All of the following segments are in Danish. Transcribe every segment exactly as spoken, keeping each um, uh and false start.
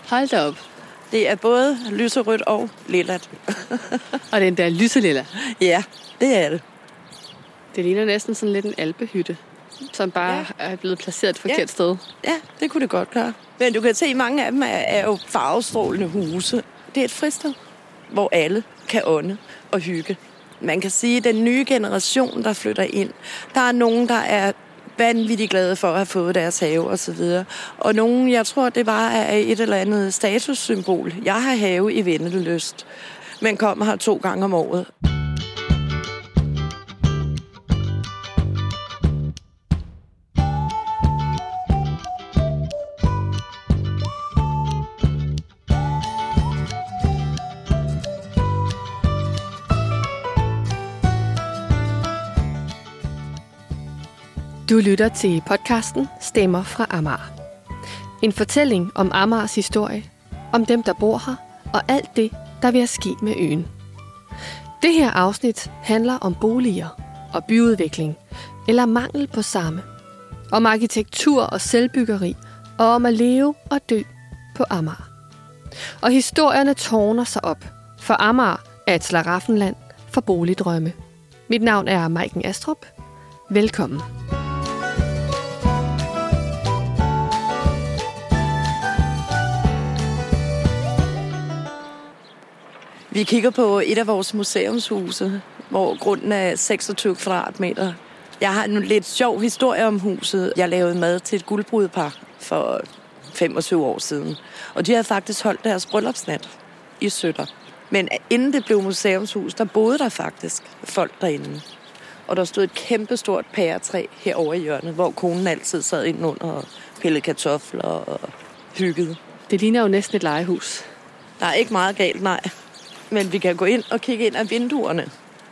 Hold da op. Det er både lyserødt og lillet. Og den der lyselilla. Ja, det er det. Det ligner næsten sådan lidt en alpehytte, som bare ja. er blevet placeret et forkert ja. sted. Ja, det kunne det godt gøre. Men du kan se, at mange af dem er, er jo farvestrålende huse. Det er et fristed, hvor alle kan ånde og hygge. Man kan sige, at den nye generation, der flytter ind, der er nogen, der er vanvittigt glade for at have fået deres have og så videre. Og nogen, jeg tror, det bare er et eller andet statussymbol. Jeg har have i Vennelyst, men kommer her to gange om året. Du lytter til podcasten Stemmer fra Amager. En fortælling om Amagers historie, om dem, der bor her, og alt det, der vil ske med øen. Det her afsnit handler om boliger og byudvikling, eller mangel på samme. Om arkitektur og selvbyggeri, og om at leve og dø på Amager. Og historierne tårner sig op, for Amager er et slaraffenland for boligdrømme. Mit navn er Maiken Astrup. Velkommen. Vi kigger på et af vores museumshuse, hvor grunden er seksogtyve kvadratmeter. Jeg har en lidt sjov historie om huset. Jeg lavede mad til et guldbrudepar for femogtyve år siden. Og de havde faktisk holdt deres bryllupsnat i Søtter. Men inden det blev museumshus, der boede der faktisk folk derinde. Og der stod et kæmpestort pæretræ herovre i hjørnet, hvor konen altid sad ind under og pillede kartofler og hyggede. Det ligner jo næsten et legehus. Der er ikke meget galt, nej. Men vi kan gå ind og kigge ind af vinduerne.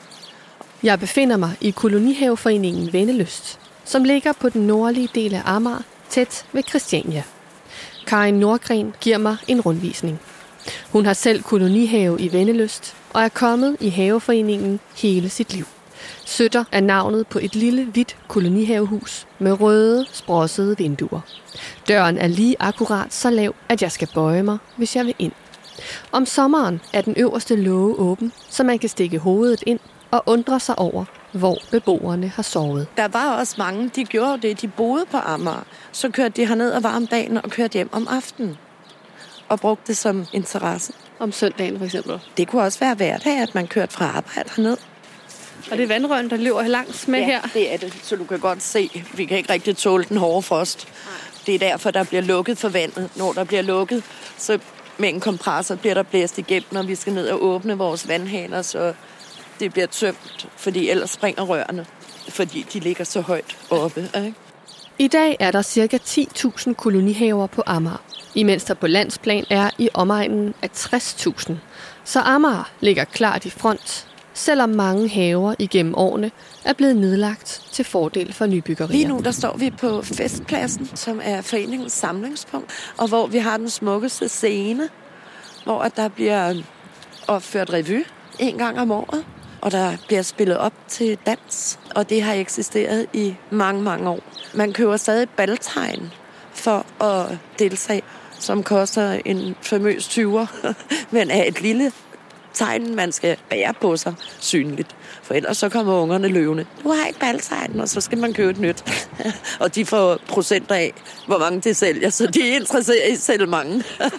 Jeg befinder mig i kolonihaveforeningen Vennelyst, som ligger på den nordlige del af Amager, tæt ved Christiania. Karin Nordgren giver mig en rundvisning. Hun har selv kolonihave i Vennelyst og er kommet i haveforeningen hele sit liv. Søtter er navnet på et lille, hvidt kolonihavehus med røde, sprossede vinduer. Døren er lige akkurat så lav, at jeg skal bøje mig, hvis jeg vil ind. Om sommeren er den øverste låge åben, så man kan stikke hovedet ind og undre sig over, hvor beboerne har sovet. Der var også mange, de gjorde det, de boede på Amager. Så kørte de herned og var om dagen og kørte hjem om aftenen. Og brugte det som interesse. Om søndagen for eksempel. Det kunne også være hverdag, at man kørte fra arbejde herned. Og det er vandrøren, der løber langs med ja, her? det er det. Så du kan godt se, vi kan ikke rigtig tåle den hårde frost. Det er derfor, der bliver lukket for vandet. Når der bliver lukket, så med en kompressor bliver der blæst igennem, når vi skal ned og åbne vores vandhaner, så det bliver tømt, fordi ellers springer rørene, fordi de ligger så højt oppe. Ikke? I dag er der ca. ti tusind kolonihaver på Amager, imens der på landsplan er i omegnen af tres tusind. Så Amager ligger klart i front, selvom mange haver igennem årene er blevet nedlagt til fordel for nybyggerier. Lige nu der står vi på Festpladsen, som er foreningens samlingspunkt, og hvor vi har den smukkeste scene, hvor der bliver opført revy en gang om året, og der bliver spillet op til dans, og det har eksisteret i mange, mange år. Man køber stadig baltegn for at deltage, som koster en famøs tyver, men er et lille tegn, man skal bære på sig synligt. For ellers så kommer ungerne løvende. Du har ikke baltegn, og så skal man købe et nyt. Og de får procenter af, hvor mange de sælger, så de er interesseret i at sælge mange.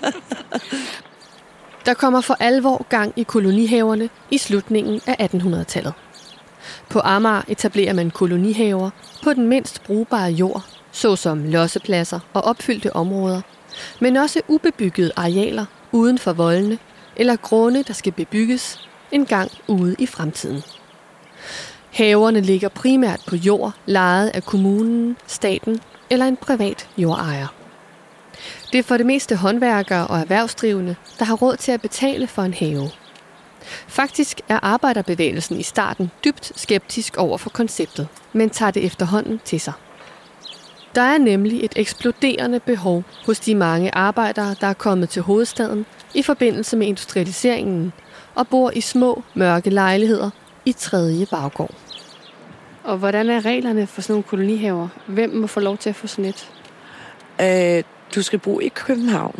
Der kommer for alvor gang i kolonihaverne i slutningen af attenhundredetallet. På Amager etablerer man kolonihaver på den mindst brugbare jord, såsom lossepladser og opfyldte områder, men også ubebyggede arealer uden for voldene, eller grunde, der skal bebygges en gang ude i fremtiden. Haverne ligger primært på jord, lejet af kommunen, staten eller en privat jordejer. Det er for det meste håndværkere og erhvervsdrivende, der har råd til at betale for en have. Faktisk er arbejderbevægelsen i starten dybt skeptisk over for konceptet, men tager det efterhånden til sig. Der er nemlig et eksploderende behov hos de mange arbejdere, der er kommet til hovedstaden i forbindelse med industrialiseringen og bor i små, mørke lejligheder i tredje baggård. Og hvordan er reglerne for sådan nogle kolonihaver? Hvem må få lov til at få sådan et? Øh, du skal bo i København.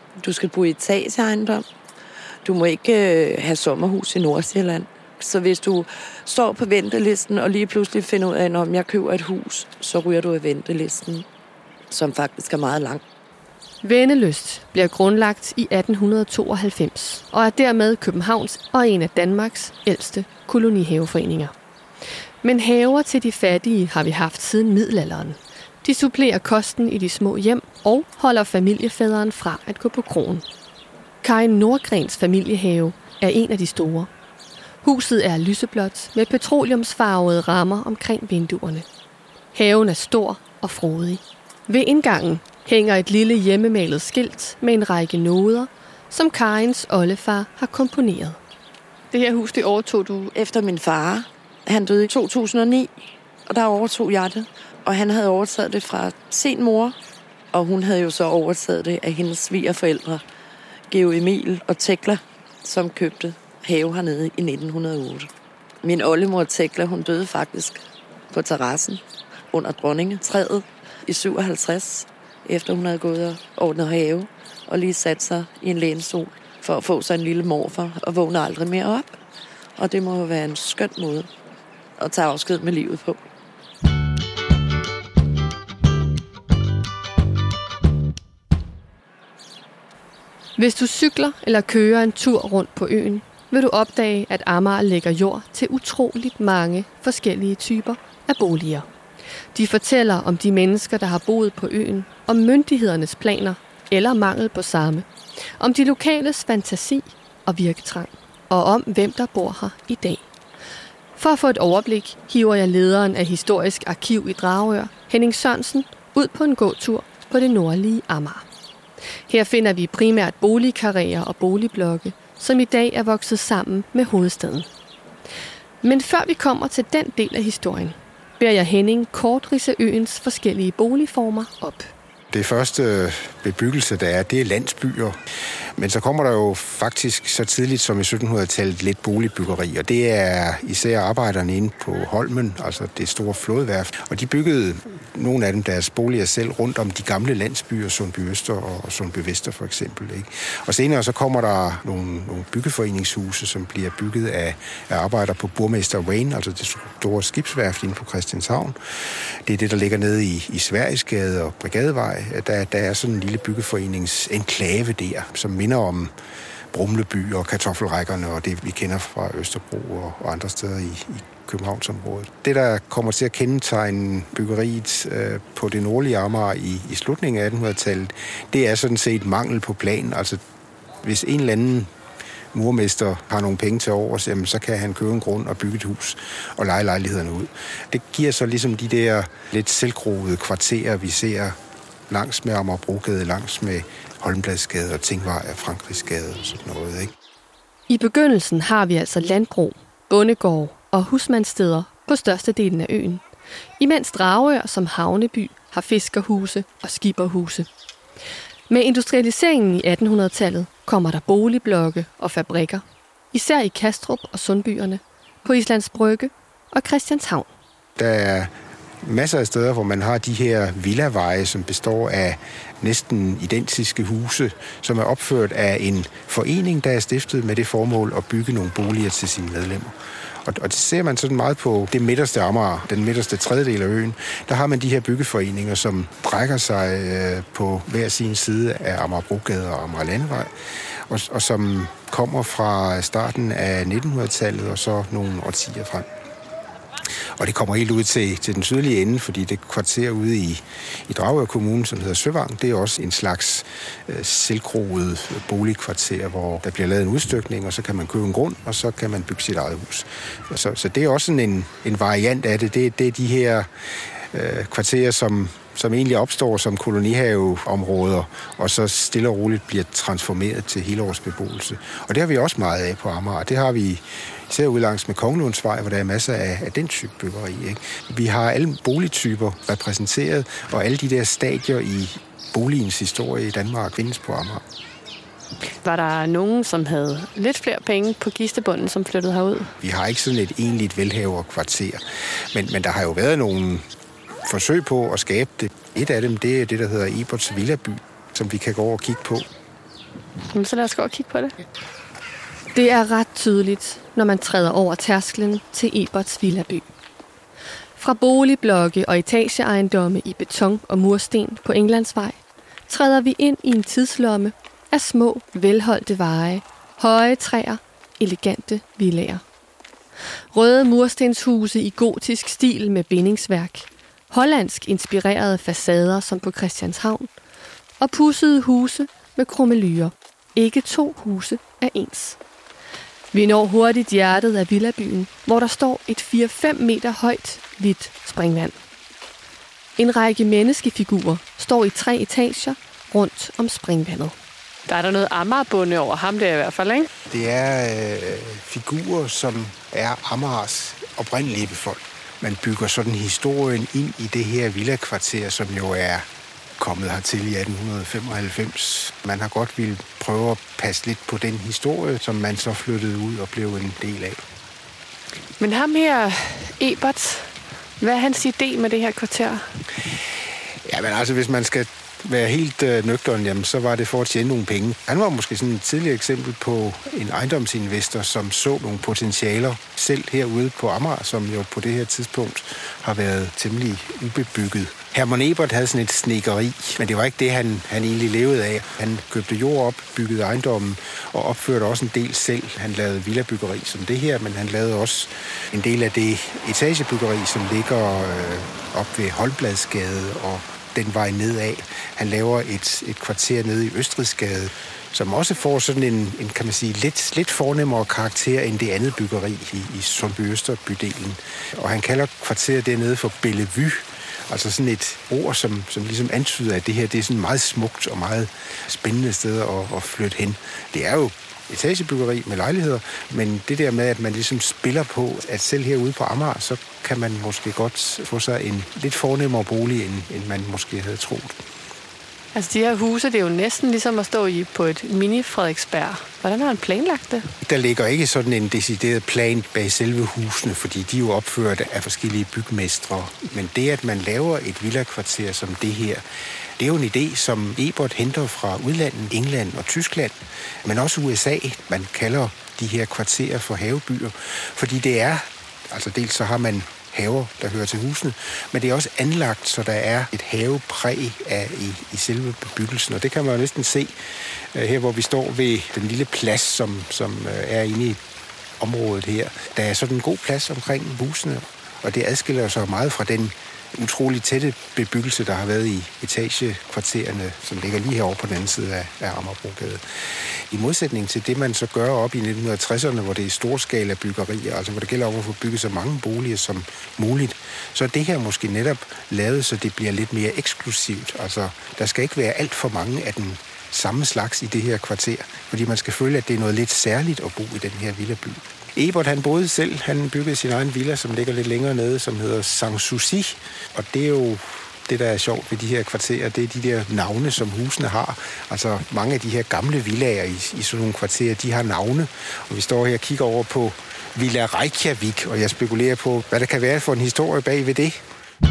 Du skal bo i etageejendom. Du må ikke øh, have sommerhus i Nordsjælland. Så hvis du står på ventelisten og lige pludselig finder ud af, om jeg køber et hus, så ryger du af ventelisten, som faktisk er meget lang. Vennelyst bliver grundlagt i atten tooghalvfems og er dermed Københavns og en af Danmarks ældste kolonihaveforeninger. Men haver til de fattige har vi haft siden middelalderen. De supplerer kosten i de små hjem og holder familiefædren fra at gå på krogen. Karin Nordgrens familiehave er en af de store. Huset er lyseblåt med petroleumsfarvede rammer omkring vinduerne. Haven er stor og frodig. Ved indgangen hænger et lille hjemmemalet skilt med en række noder, som Karins oldefar har komponeret. Det her hus, det overtog du? Efter min far. Han døde i to tusind og ni, og der overtog jeg det. Og han havde overtaget det fra sin mor, og hun havde jo så overtaget det af hendes svigerforældre, Georg Emil og Tekla, som købte have hernede i nitten hundrede og otte. Min oldemor Tekla, hun døde faktisk på terrassen under dronningetræet i syvoghalvtreds, efter hun havde gået og ordnet have og lige sat sig i en lænestol for at få sig en lille morfar og vågne aldrig mere op. Og det må jo være en skøn måde at tage afsked med livet på. Hvis du cykler eller kører en tur rundt på øen, vil du opdage, at Amager lægger jord til utroligt mange forskellige typer af boliger. De fortæller om de mennesker, der har boet på øen, om myndighedernes planer eller mangel på samme, om de lokales fantasi og virketrang, og om hvem der bor her i dag. For at få et overblik hiver jeg lederen af Historisk Arkiv i Dragør, Henning Sørensen, ud på en gåtur på det nordlige Amager. Her finder vi primært boligkarreer og boligblokke, som i dag er vokset sammen med hovedstaden. Men før vi kommer til den del af historien, beder jeg Henning kort ridse øens forskellige boligformer op. Det første bebyggelse, der er, det er landsbyer. Men så kommer der jo faktisk så tidligt som i syttenhundredetallet lidt boligbyggeri, og det er især arbejderne inde på Holmen, altså det store flådeværft. Og de byggede nogle af dem deres boliger selv rundt om de gamle landsbyer, Sundby Øster og Sundby Vester for eksempel. Ikke? Og senere så kommer der nogle, nogle byggeforeningshuse, som bliver bygget af, af arbejdere på Burmester Wayne, altså det store skibsværft inde på Christianshavn. Det er det, der ligger nede i, i Sverigesgade og Brigadevej. Der, der er sådan en lille byggeforeningsenklave der, som minder om Brumleby og Kartoffelrækkerne og det, vi kender fra Østerbro og, og andre steder i, i Københavnsområdet. Det, der kommer til at kendetegne byggeriet øh, på det nordlige Amager i, i slutningen af attenhundredetallet, det er sådan set mangel på plan. Altså, hvis en eller anden murmester har nogle penge til overs, jamen, så kan han købe en grund og bygge et hus og leje lejlighederne ud. Det giver så ligesom de der lidt selvgroede kvarterer, vi ser langs med Amagerbrogade, langs med Holmbladsgade og Tingvej og Frankrigsgade og sådan noget, ikke? I begyndelsen har vi altså landbrug, bondegård og husmandssteder på størstedelen af øen, imens Dragør som havneby har fiskerhuse og skipperhuse. Med industrialiseringen i attenhundredetallet kommer der boligblokke og fabrikker, især i Kastrup og Sundbyerne, på Islands Brygge og Christianshavn. Der er masser af steder, hvor man har de her villaveje, som består af næsten identiske huse, som er opført af en forening, der er stiftet med det formål at bygge nogle boliger til sine medlemmer. Og det ser man sådan meget på det midterste Amager, den midterste tredjedel af øen. Der har man de her byggeforeninger, som brækker sig på hver sin side af Amagerbrogade og Amager Landevej, og, og som kommer fra starten af nittenhundredetallet og så nogle årtier frem. Og det kommer helt ud til, til den sydlige ende, fordi det kvarter ude i, i Dragør Kommune, som hedder Søvang, det er også en slags øh, selvgroet boligkvarter, hvor der bliver lavet en udstykning, og så kan man købe en grund, og så kan man bygge sit eget hus. Så, så det er også sådan en, en variant af det. Det, det er de her øh, kvarterer, som, som egentlig opstår som kolonihaveområder, og så stille og roligt bliver transformeret til helårsbeboelse. Og det har vi også meget af på Amager. Det har vi især ude langs med Kongelundsvej, hvor der er masser af, af den type byggeri. Ikke? Vi har alle boligtyper repræsenteret, og alle de der stadier i boligens historie i Danmark findes på Amager. Var der nogen, som havde lidt flere penge på kistebunden, som flyttede herud? Vi har ikke sådan et egentligt velhaverkvarter, men, men der har jo været nogle forsøg på at skabe det. Et af dem, det er det, der hedder Eberts Villaby, som vi kan gå over og kigge på. Jamen, så lad os gå og kigge på det. Det er ret tydeligt, når man træder over tærsklen til Eberts villaby. Fra boligblokke og etageejendomme i beton og mursten på Englandsvej, træder vi ind i en tidslomme af små, velholdte veje, høje træer, elegante villaer. Røde murstenshuse i gotisk stil med bindingsværk, hollandsk inspirerede facader som på Christianshavn, og pudsede huse med krummelyer. Ikke to huse er ens. Vi når hurtigt hjertet af villabyen, hvor der står et fire til fem meter højt, hvidt springvand. En række menneskefigurer står i tre etager rundt om springvandet. Der er der noget Amagerbonde over ham der i hvert fald, ikke? Det er øh, figurer, som er Amagers oprindelige befolkning. Man bygger sådan historien ind i det her villakvarter, som jo er kommet hertil i atten femoghalvfems. Man har godt ville prøve at passe lidt på den historie, som man så flyttede ud og blev en del af. Men ham her, Ebert, hvad er hans idé med det her kvarter? Ja, men altså, hvis man skal være helt øh, nøgteren, jamen, så var det for at tjene nogle penge. Han var måske sådan et tidligere eksempel på en ejendomsinvestor, som så nogle potentialer selv herude på Amager, som jo på det her tidspunkt har været temmelig ubebygget. Hermann Ebert havde sådan et snedkeri, men det var ikke det, han, han egentlig levede af. Han købte jord op, byggede ejendommen og opførte også en del selv. Han lavede villabyggeri som det her, men han lavede også en del af det etagebyggeri, som ligger øh, op ved Holmbladsgade og den vej nedad. Han laver et, et kvarter nede i Østrigsgade, som også får sådan en, en kan man sige, lidt, lidt fornemmere karakter end det andet byggeri i, i Sundby Østerbydelen. Og han kalder kvarteret dernede for Bellevue, altså sådan et ord, som, som ligesom antyder, at det her det er sådan meget smukt og meget spændende sted at, at flytte hen. Det er jo etagebyggeri med lejligheder, men det der med, at man ligesom spiller på, at selv herude på Amager, så kan man måske godt få sig en lidt fornemmere bolig, end, end man måske havde troet. Altså de her huse, det er jo næsten ligesom at stå i på et mini-Frederiksberg. Hvordan har han planlagt det? Der ligger ikke sådan en decideret plan bag selve husene, fordi de er jo opført af forskellige bygmestre. Men det, at man laver et villakvarter som det her, det er jo en idé, som Ebert henter fra udlandet, England og Tyskland, men også U S A. Man kalder de her kvarterer for havebyer, fordi det er, altså dels så har man haver, der hører til husene, men det er også anlagt, så der er et havepræg af i, i selve bebyggelsen, og det kan man jo næsten se uh, her, hvor vi står ved den lille plads, som, som uh, er inde i området her. Der er sådan en god plads omkring husene, og det adskiller sig meget fra den utrolig tætte bebyggelse, der har været i etagekvartererne, som ligger lige herovre på den anden side af, af Amagerbrogade. I modsætning til det, man så gør op i nitten tresserne, hvor det er storskala byggerier, altså hvor det gælder om at få bygget så mange boliger som muligt, så er det her måske netop lavet, så det bliver lidt mere eksklusivt. Altså, der skal ikke være alt for mange af den samme slags i det her kvarter, fordi man skal føle, at det er noget lidt særligt at bo i den her villaby. Ebert, han boede selv. Han byggede sin egen villa, som ligger lidt længere nede, som hedder Sanssouci. Og det er jo det, der er sjovt ved de her kvarterer. Det er de der navne, som husene har. Altså mange af de her gamle villaer i, i sådan nogle kvarterer, de har navne. Og vi står her og kigger over på Villa Reykjavik, og jeg spekulerer på, hvad der kan være for en historie bag ved det.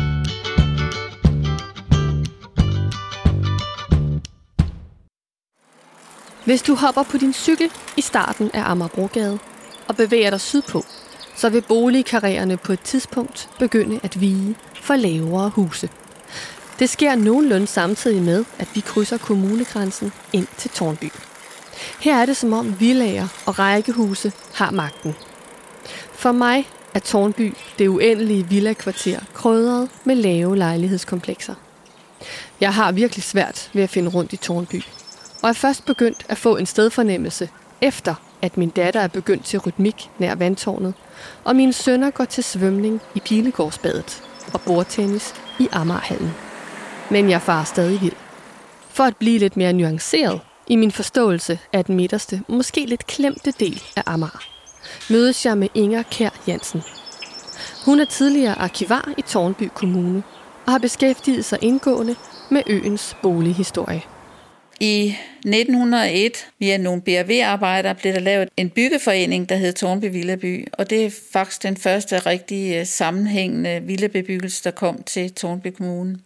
Hvis du hopper på din cykel i starten af Amagerbrogade og bevæger dig sydpå, så vil boligkarriererne på et tidspunkt begynde at vige for lavere huse. Det sker nogenlunde samtidig med, at vi krydser kommunegrænsen ind til Tårnby. Her er det som om villaer og rækkehuse har magten. For mig er Tårnby det uendelige villakvarter krydret med lave lejlighedskomplekser. Jeg har virkelig svært ved at finde rundt i Tårnby, og er først begyndt at få en stedfornemmelse efter, at min datter er begyndt til rytmik nær vandtårnet, og mine sønner går til svømning i Pilegårdsbadet og bordtennis i Amagerhallen. Men jeg farer stadig vild. For at blive lidt mere nuanceret i min forståelse af den midterste, måske lidt klemte del af Amager, mødes jeg med Inger Kjær Jansen. Hun er tidligere arkivar i Tårnby Kommune og har beskæftiget sig indgående med øens bolighistorie. I nitten hundrede og et, via nogle B R V-arbejdere, blev der lavet en byggeforening, der hed Tårnby Villaby, og det er faktisk den første rigtig sammenhængende villabebyggelse, der kom til Tårnby Kommune.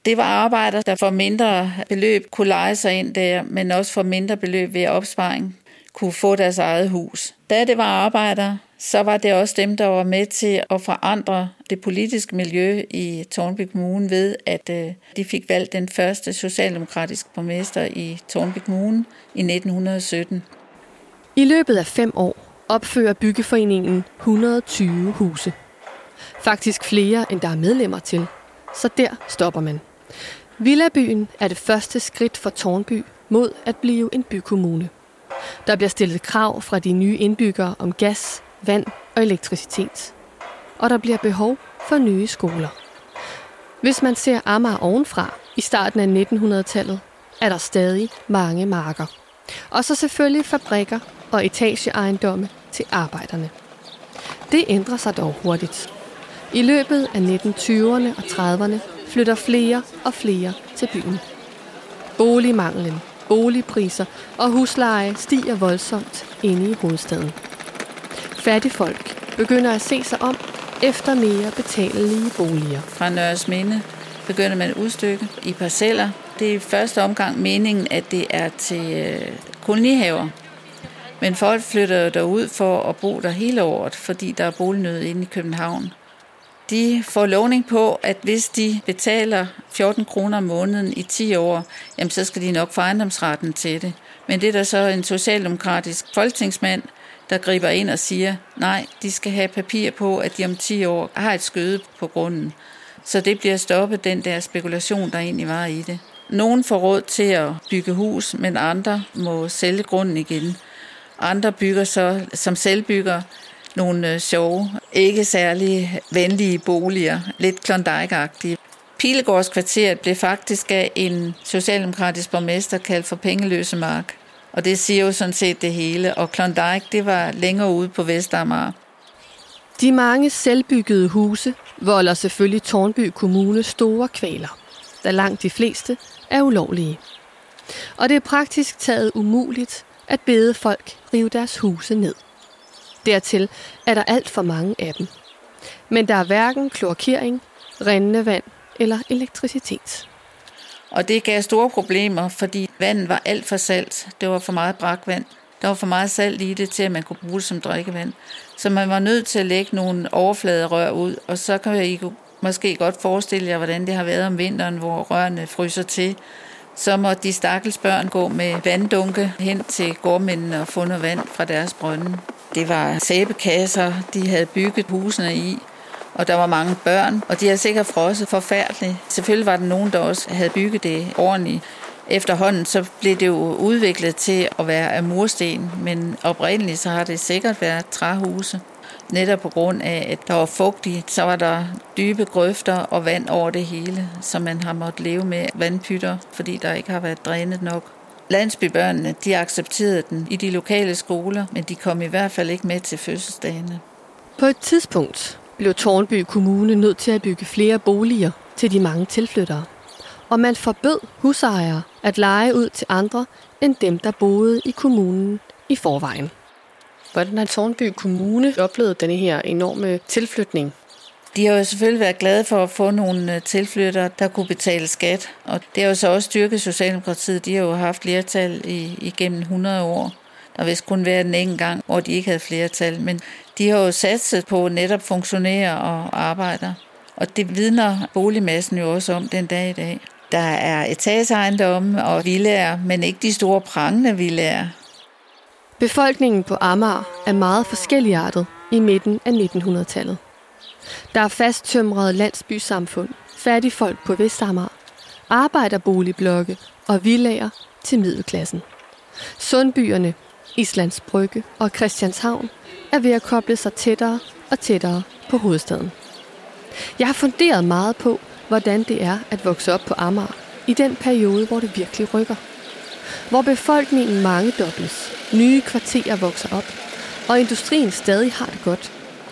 Det var arbejdere, der for mindre beløb kunne leje sig ind der, men også for mindre beløb ved opsparing kunne få deres eget hus. Da det var arbejdere, så var det også dem, der var med til at forandre det politiske miljø i Tårnby Kommune ved, at de fik valgt den første socialdemokratiske borgmester i Tårnby Kommune i nitten sytten. I løbet af fem år opfører byggeforeningen et hundrede og tyve huse. Faktisk flere, end der er medlemmer til. Så der stopper man. Villabyen er det første skridt for Tårnby mod at blive en bykommune. Der bliver stillet krav fra de nye indbyggere om gas, vand og elektricitet. Og der bliver behov for nye skoler. Hvis man ser Amager ovenfra i starten af nitten hundrede-tallet, er der stadig mange marker. Og så selvfølgelig fabrikker og etageejendomme til arbejderne. Det ændrer sig dog hurtigt. I løbet af nitten tyverne og trediverne flytter flere og flere til byen. Boligmanglen, boligpriser og husleje stiger voldsomt inde i hovedstaden. Fattigfolk begynder at se sig om efter mere betalelige boliger. Fra Nørresminde begynder man at udstykke i parceller. Det er i første omgang meningen, at det er til øh, kolonihaver. Men folk flytter derud for at bo der hele året, fordi der er bolignød inde i København. De får lovning på, at hvis de betaler fjorten kroner om måneden i ti år, jamen så skal de nok få ejendomsretten til det. Men det er der så en socialdemokratisk folketingsmand, der griber ind og siger, nej, de skal have papir på, at de om ti år har et skøde på grunden. Så det bliver stoppet, den der spekulation, der egentlig var i det. Nogen får råd til at bygge hus, men andre må sælge grunden igen. Andre bygger så som selvbygger nogle sjove, ikke særlig venlige boliger, lidt Klondike-agtige. Pilegårdskvarteret blev faktisk af en socialdemokratisk borgmester kaldt for Pengeløse Mark. Og det siger jo sådan set det hele. Og Klondike, det var længere ude på Vestamager. De mange selvbyggede huse volder selvfølgelig Tårnby Kommune store kvaler, da langt de fleste er ulovlige. Og det er praktisk taget umuligt at bede folk rive deres huse ned. Dertil er der alt for mange af dem. Men der er hverken kloakering, rindende vand eller elektricitet. Og det gav store problemer, fordi vandet var alt for salt. Det var for meget brakvand. Der var for meget salt i det til, at man kunne bruge det som drikkevand. Så man var nødt til at lægge nogle overfladerør ud, og så kan I måske godt forestille jer, hvordan det har været om vinteren, hvor rørene fryser til. Så må de stakkels børn gå med vanddunke hen til gårdmændene og få noget vand fra deres brønde. Det var sæbekasser, de havde bygget husene i, og der var mange børn, og de havde sikkert frosset forfærdeligt. Selvfølgelig var der nogen, der også havde bygget det ordentligt. Efterhånden så blev det jo udviklet til at være af mursten, men oprindeligt så har det sikkert været træhuse. Netop på grund af, at der var fugtigt, så var der dybe grøfter og vand over det hele, så man har måttet leve med vandpytter, fordi der ikke har været drænet nok. Landsbybørnene, de accepterede den i de lokale skoler, men de kom i hvert fald ikke med til fødselsdagene. På et tidspunkt blev Tårnby Kommune nødt til at bygge flere boliger til de mange tilflyttere. Og man forbød husejere at leje ud til andre end dem, der boede i kommunen i forvejen. Hvordan har Tårnby Kommune oplevet denne her enorme tilflytning? De har jo selvfølgelig været glade for at få nogle tilflyttere, der kunne betale skat. Og det har jo så også styrket Socialdemokratiet. De har jo haft flertal i, igennem hundrede år. Der vist kun været en enkelt gang, hvor de ikke havde flertal. Men de har jo satset på netop funktionærer og arbejdere. Og det vidner boligmassen jo også om den dag i dag. Der er etageejendomme og villaer, men ikke de store prangende villaer. Befolkningen på Amager er meget forskelligartet i midten af nitten hundrede-tallet. Der er fasttømrede landsbysamfund, fattigfolk på Vestamager, arbejderboligblokke og villaer til middelklassen. Sundbyerne, Islands Brygge og Christianshavn er ved at koble sig tættere og tættere på hovedstaden. Jeg har funderet meget på, hvordan det er at vokse op på Amager i den periode, hvor det virkelig rykker. Hvor befolkningen mangedobles, nye kvarterer vokser op, og industrien stadig har det godt.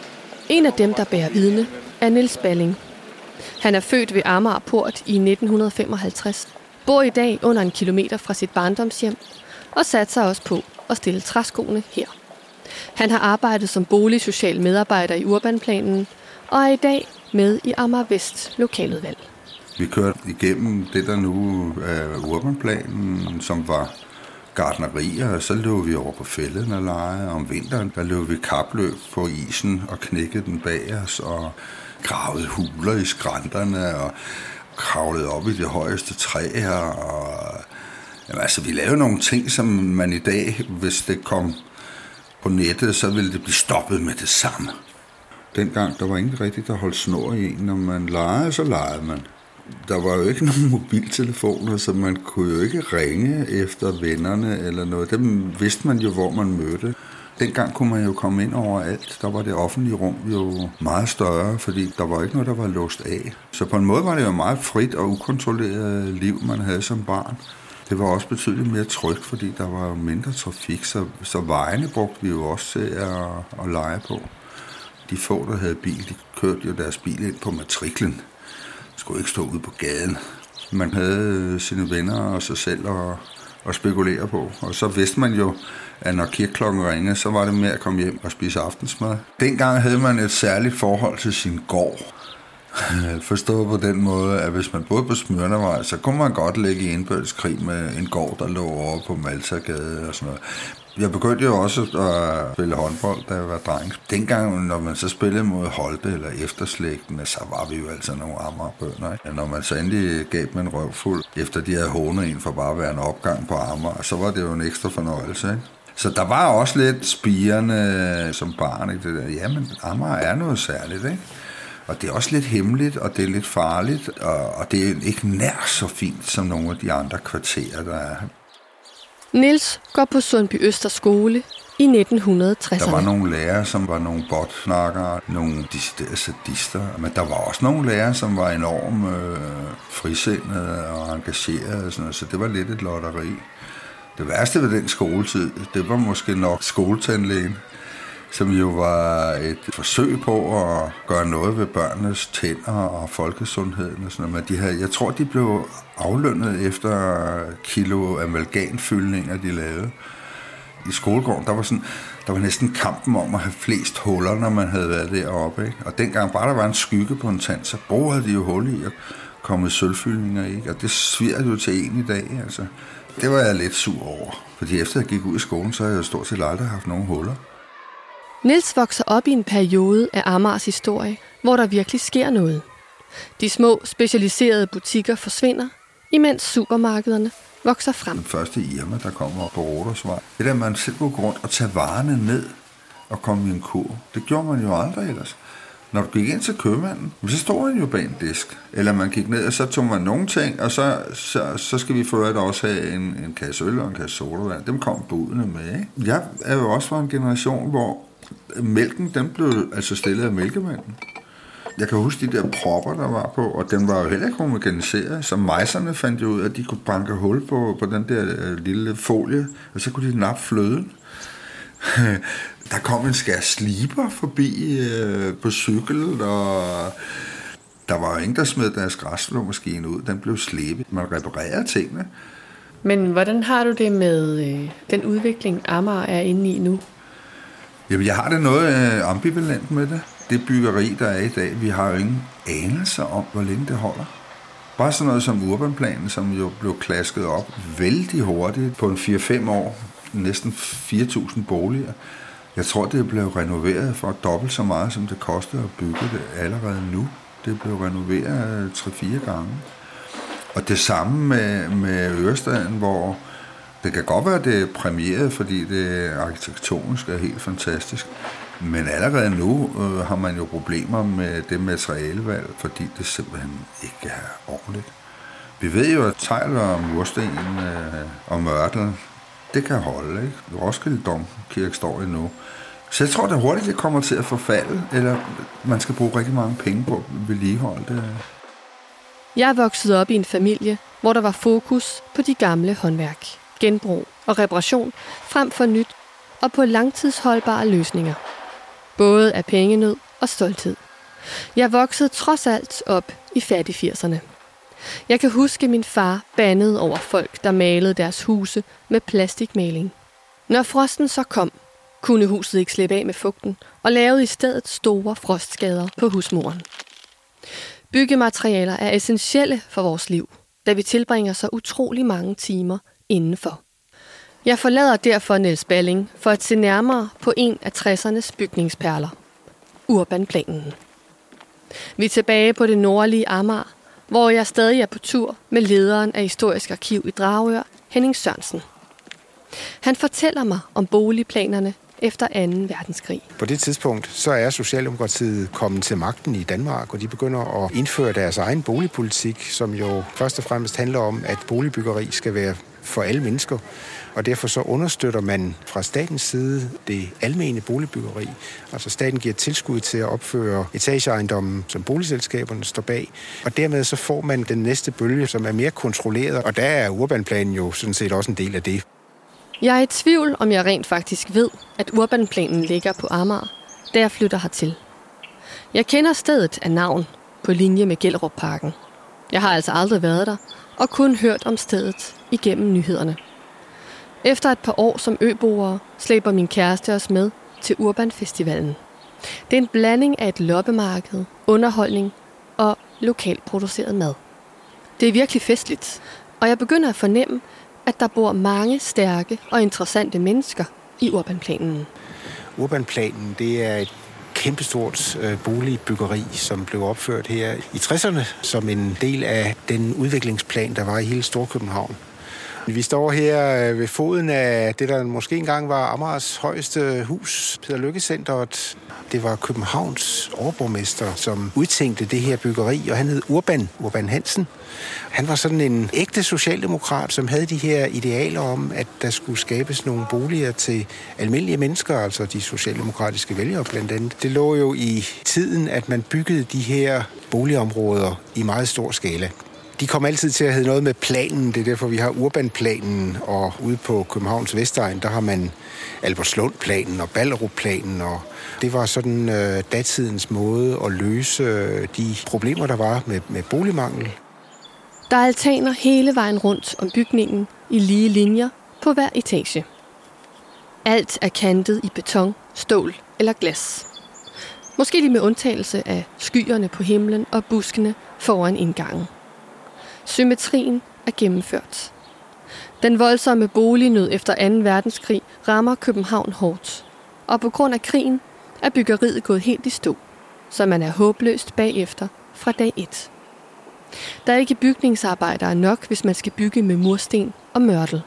En af dem, der bærer vidne, er Niels Balling. Han er født ved Amager Port i nitten femoghalvtreds, bor i dag under en kilometer fra sit barndomshjem, og satte sig også på at stille træskoene her. Han har arbejdet som boligsocial medarbejder i Urbanplanen, og er i dag med i Amager Vest lokaludvalg. Vi kørte igennem det, der nu er Urbanplanen, som var gartnerier, og så løb vi over på fælden og lege. Om vinteren, der løb vi kapløb på isen og knækkede den bag os, og gravede huler i skrænterne, og kravlede op i de højeste træer. Og, jamen, altså, vi lavede nogle ting, som man i dag, hvis det kom på nettet, så ville det blive stoppet med det samme. Dengang, der var ingen rigtig, der holdt snor i en. Når man legede, så legede man. Der var jo ikke nogen mobiltelefoner, så man kunne jo ikke ringe efter vennerne eller noget. Dem vidste man jo, hvor man mødte. Dengang kunne man jo komme ind overalt. Der var det offentlige rum jo meget større, fordi der var ikke noget, der var låst af. Så på en måde var det jo meget frit og ukontrolleret liv, man havde som barn. Det var også betydeligt mere trygt, fordi der var mindre trafik, så, så vejene brugte vi jo også til at, at lege på. De få, der havde bil, de kørte jo deres bil ind på matriklen. Skulle ikke stå ude på gaden. Man havde sine venner og sig selv at, at spekulere på. Og så vidste man jo, at når kirkeklokken ringede, så var det med at komme hjem og spise aftensmad. Dengang havde man et særligt forhold til sin gård. Forstået på den måde, at hvis man boede på Smyrnavej, så kunne man godt lægge i indbørdskrig med en gård, der lå over på Maltagade og sådan noget. Jeg begyndte jo også at spille håndbold, da jeg var dreng. Dengang, når man så spillede mod Holte eller Efterslægten, så var vi jo altså nogle Amagerbønder. Ja, når man så endelig gav dem en røvfuld, efter de havde hånet en for bare at være en opgang på Amager, så var det jo en ekstra fornøjelse, ikke? Så der var også lidt spirende som barn, ikke? Det der, jamen, Amager er noget særligt, ikke? Og det er også lidt hemmeligt, og det er lidt farligt, og, og det er ikke nær så fint som nogle af de andre kvarterer, der er. Niels går på Sundby Øster skole i nitten tresserne. Der var nogle lærere, som var nogle botsnakkere, nogle deciderede sadister, men der var også nogle lærere, som var enormt øh, frisindede og engagerede, og sådan noget, så det var lidt et lotteri. Det værste ved den skoletid, det var måske nok skoletandlægen, som jo var et forsøg på at gøre noget ved børnenes tænder og folkesundheden og sådan noget. Men de havde, jeg tror, de blev aflønnet efter kilo amalgamfyldninger, de lavede. I skolegården, der var, sådan, der var næsten kampen om at have flest huller, når man havde været deroppe. Ikke? Og dengang bare der var en skygge på en tand, så brugede de jo hul i og kom med sølvfyldninger. Ikke? Og det svirrede jo til en i dag. Altså. Det var jeg lidt sur over. Fordi efter jeg gik ud i skolen, så havde jeg jo stort set aldrig haft nogen huller. Niels vokser op i en periode af Amagers historie, hvor der virkelig sker noget. De små specialiserede butikker forsvinder, imens supermarkederne vokser frem. Den første Irma, der kommer på Rodersvej. Det der, man selv kunne gå rundt og tage varerne ned og komme i en kur. Det gjorde man jo aldrig ellers. Når du gik ind til købmanden, så stod han jo bag en disk. Eller man gik ned, og så tog man nogle ting, og så, så, så skal vi for øvrigt også have en, en kasse øl og en kasse sodavand. Dem kom budene med, ikke? Jeg er jo også fra en generation, hvor mælken, den blev altså stillet af mælkemanden. Jeg kan huske de der propper, der var på, og den var jo heller ikke homogeniseret. Så mejserne fandt jo ud af, at de kunne banke hul på, på den der øh, lille folie, og så kunne de nappe fløden. Der kom en skær sliber forbi øh, på cykel, og der var jo ingen, der smed deres græsslåmaskine ud. Den blev slæbet. Man reparerede tingene. Men hvordan har du det med øh, den udvikling, Amager er inde i nu? Jamen, jeg har det noget øh, ambivalent med det. Det byggeri, der er i dag, vi har jo ingen anelse om, hvor længe det holder. Bare sådan noget som Urbanplanen, som jo blev klasket op vældig hurtigt på en fire fem år. Næsten fire tusind boliger. Jeg tror, det blev renoveret for dobbelt så meget, som det kostede at bygge det allerede nu. Det blev renoveret tre fire gange. Og det samme med, med Ørestaden, hvor det kan godt være, at det er præmieret, fordi det arkitektonisk er helt fantastisk. Men allerede nu øh, har man jo problemer med det materialevalg, fordi det simpelthen ikke er ordentligt. Vi ved jo, at tegl og mursten øh, og mørtel, det kan holde, ikke? Roskilde Domkirke står endnu. Så jeg tror, det hurtigt det kommer til at forfalde, eller man skal bruge rigtig mange penge på at vedligeholde det. Jeg er vokset op i en familie, hvor der var fokus på de gamle håndværk, genbrug og reparation frem for nyt og på langtidsholdbare løsninger. Både af pengenød og stolthed. Jeg voksede trods alt op i fattigfirserne. Jeg kan huske min far bandede over folk, der malede deres huse med plastikmaling. Når frosten så kom, kunne huset ikke slippe af med fugten og lavede i stedet store frostskader på husmuren. Byggematerialer er essentielle for vores liv, da vi tilbringer så utrolig mange timer indenfor. Jeg forlader derfor Niels Balling for at se nærmere på en af tressernes bygningsperler, Urbanplanen. Vi er tilbage på det nordlige Amager, hvor jeg stadig er på tur med lederen af Historisk Arkiv i Dragør, Henning Sørensen. Han fortæller mig om boligplanerne efter anden verdenskrig. På det tidspunkt så er Socialdemokratiet kommet til magten i Danmark, og de begynder at indføre deres egen boligpolitik, som jo først og fremmest handler om, at boligbyggeri skal være for alle mennesker. Og derfor så understøtter man fra statens side det almene boligbyggeri. Altså staten giver tilskud til at opføre etageejendommen, som boligselskaberne står bag. Og dermed så får man den næste bølge, som er mere kontrolleret. Og der er Urbanplanen jo sådan set også en del af det. Jeg er i tvivl, om jeg rent faktisk ved, at Urbanplanen ligger på Amager, da jeg flytter hertil. Jeg kender stedet af navn på linje med Gellerupparken. Jeg har altså aldrig været der, og kun hørt om stedet igennem nyhederne. Efter et par år som øboere slæber min kæreste os med til Urbanfestivalen. Det er en blanding af et loppemarked, underholdning og lokalt produceret mad. Det er virkelig festligt, og jeg begynder at fornemme, at der bor mange stærke og interessante mennesker i Urbanplanen. Urbanplanen, det er et kæmpestort øh, boligbyggeri, som blev opført her i tresserne som en del af den udviklingsplan, der var i hele Storkøbenhavn. Vi står her ved foden af det, der måske engang var Amagers højeste hus, Peder Lykke Centret. Det var Københavns overborgmester, som udtænkte det her byggeri, og han hed Urban, Urban Hansen. Han var sådan en ægte socialdemokrat, som havde de her idealer om, at der skulle skabes nogle boliger til almindelige mennesker, altså de socialdemokratiske vælgere blandt andet. Det lå jo i tiden, at man byggede de her boligområder i meget stor skala. De kom altid til at hedde noget med planen, det er derfor, vi har Urbanplanen, og ude på Københavns Vestegn, der har man Albertslundplanen og Ballerupplanen, og det var sådan øh, datidens måde at løse øh, de problemer, der var med, med boligmangel. Der er altaner hele vejen rundt om bygningen i lige linjer på hver etage. Alt er kantet i beton, stål eller glas. Måske lige med undtagelse af skyerne på himlen og buskene foran indgangen. Symmetrien er gennemført. Den voldsomme bolignød efter anden verdenskrig rammer København hårdt. Og på grund af krigen er byggeriet gået helt i stå, så man er håbløst bagefter fra dag et. Der er ikke bygningsarbejdere nok, hvis man skal bygge med mursten og mørtel.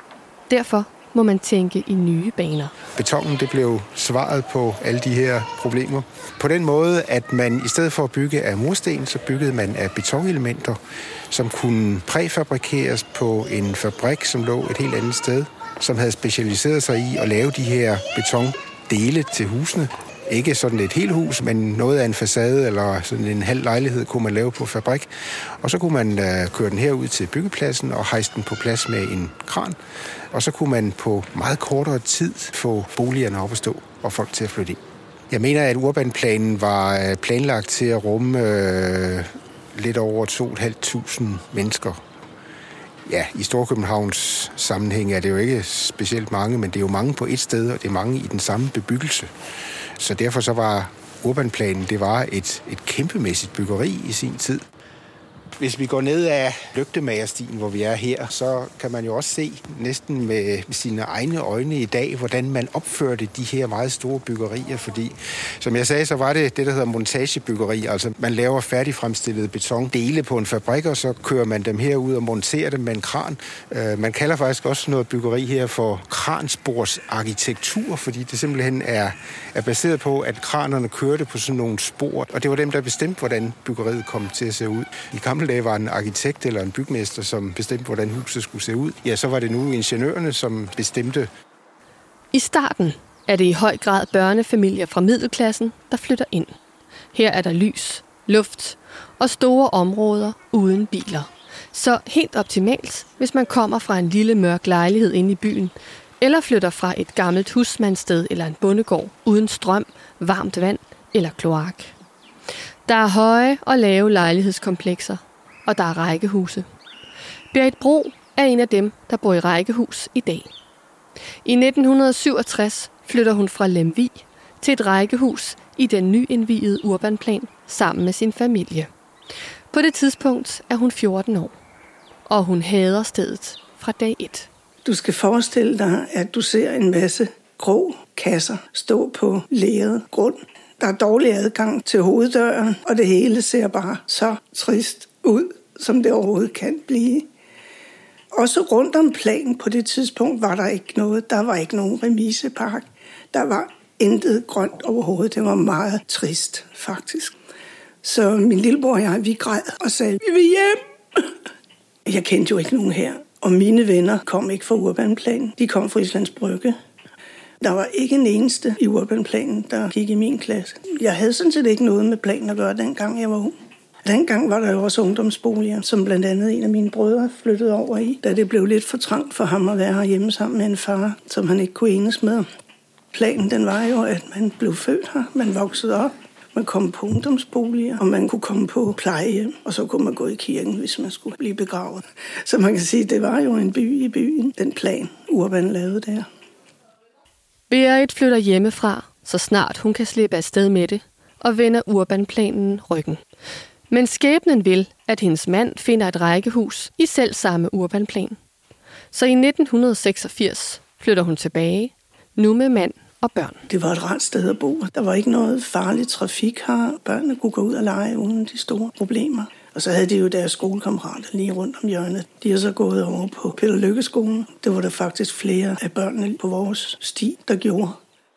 Derfor må man tænke i nye baner. Betongen, det blev svaret på alle de her problemer. På den måde, at man i stedet for at bygge af mursten, så byggede man af betonelementer, som kunne præfabrikeres på en fabrik, som lå et helt andet sted, som havde specialiseret sig i at lave de her betondele til husene. Ikke sådan et helt hus, men noget af en facade eller sådan en halv lejlighed kunne man lave på fabrik. Og så kunne man uh, køre den her ud til byggepladsen og hejse den på plads med en kran. Og så kunne man på meget kortere tid få boligerne op at stå og folk til at flytte ind. Jeg mener, at Urbanplanen var planlagt til at rumme uh, lidt over to tusind fem hundrede mennesker. Ja, i Storkøbenhavns sammenhæng er det jo ikke specielt mange, men det er jo mange på et sted, og det er mange i den samme bebyggelse. Så derfor så var Urbanplanen, det var et, et kæmpemæssigt byggeri i sin tid. Hvis vi går ned ad Lygtemagerstien, hvor vi er her, så kan man jo også se næsten med sine egne øjne i dag, hvordan man opførte de her meget store byggerier. Fordi, som jeg sagde, så var det det, der hedder montagebyggeri. Altså man laver færdigfremstillede betondele på en fabrik, og så kører man dem herud og monterer dem med en kran. Man kalder faktisk også noget byggeri her for kransporsarkitektur, fordi det simpelthen er, er baseret på, at kranerne kørte på sådan nogle spor. Og det var dem, der bestemte, hvordan byggeriet kom til at se ud. I gamle dage var en arkitekt eller en bygmester, som bestemte, hvordan huset skulle se ud. Ja, så var det nu ingeniørerne, som bestemte. I starten er det i høj grad børnefamilier fra middelklassen, der flytter ind. Her er der lys, luft og store områder uden biler. Så helt optimalt, hvis man kommer fra en lille mørk lejlighed inde i byen, eller flytter fra et gammelt husmandssted eller en bondegård uden strøm, varmt vand eller kloak. Der er høje og lave lejlighedskomplekser, og der er rækkehuse. Berit Bro er en af dem, der bor i rækkehus i dag. I nitten syvogtres flytter hun fra Lemvig til et rækkehus i den nyindviede Urbanplan sammen med sin familie. På det tidspunkt er hun fjorten år, og hun hader stedet fra dag et. Du skal forestille dig, at du ser en masse grå kasser stå på leret grund. Der er dårlig adgang til hoveddøren, og det hele ser bare så trist ud, som det overhovedet kan blive. Også rundt om planen på det tidspunkt var der ikke noget. Der var ikke nogen remisepark. Der var intet grønt overhovedet. Det var meget trist, faktisk. Så min lillebror og jeg, vi græd og sagde, vi vil hjem. Jeg kendte jo ikke nogen her. Og mine venner kom ikke fra Urbanplanen. De kom fra Islands Brygge. Der var ikke en eneste i Urbanplanen, der gik i min klasse. Jeg havde sådan set ikke noget med planen at gøre, dengang jeg var ung. Dengang var der jo også ungdomsboliger, som blandt andet en af mine brødre flyttede over i, da det blev lidt for trangt for ham at være herhjemme sammen med en far, som han ikke kunne enes med. Planen den var jo, at man blev født her, man voksede op, man kom på ungdomsboliger, og man kunne komme på plejehjem, og så kunne man gå i kirken, hvis man skulle blive begravet. Så man kan sige, at det var jo en by i byen, den plan, Urban lavede der. Berit flytter hjemmefra, så snart hun kan slippe afsted med det, og vender Urbanplanen ryggen. Men skæbnen vil, at hendes mand finder et rækkehus i selv samme Urbanplan. Så i nitten seksogfirs flytter hun tilbage, nu med mand og børn. Det var et rart sted at bo. Der var ikke noget farlig trafik her. Børnene kunne gå ud og lege uden de store problemer. Og så havde de jo deres skolekammerater lige rundt om hjørnet. De har så gået over på Peter Lykke-skolen. Det var der faktisk flere af børnene på vores sti, der gjorde.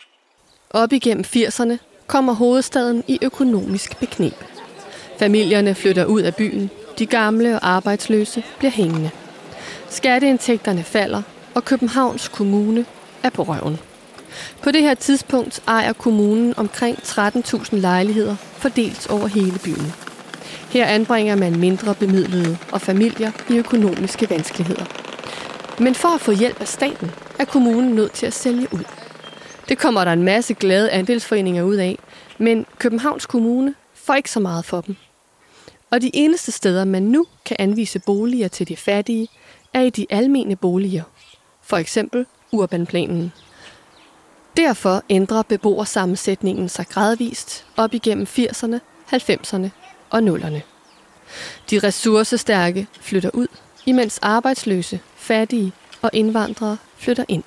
Op igennem firserne kommer hovedstaden i økonomisk bekneb. Familierne flytter ud af byen. De gamle og arbejdsløse bliver hængende. Skatteindtægterne falder, og Københavns Kommune er på røven. På det her tidspunkt ejer kommunen omkring tretten tusind lejligheder fordelt over hele byen. Her anbringer man mindre bemidlede og familier i økonomiske vanskeligheder. Men for at få hjælp af staten, er kommunen nødt til at sælge ud. Det kommer der en masse glade andelsforeninger ud af, men Københavns Kommune får ikke så meget for dem. Og de eneste steder, man nu kan anvise boliger til de fattige, er i de almene boliger. For eksempel Urbanplanen. Derfor ændrer beboersammensætningen sig gradvist op igennem firserne, halvfemserne og nullerne. De ressourcestærke flytter ud, imens arbejdsløse, fattige og indvandrere flytter ind.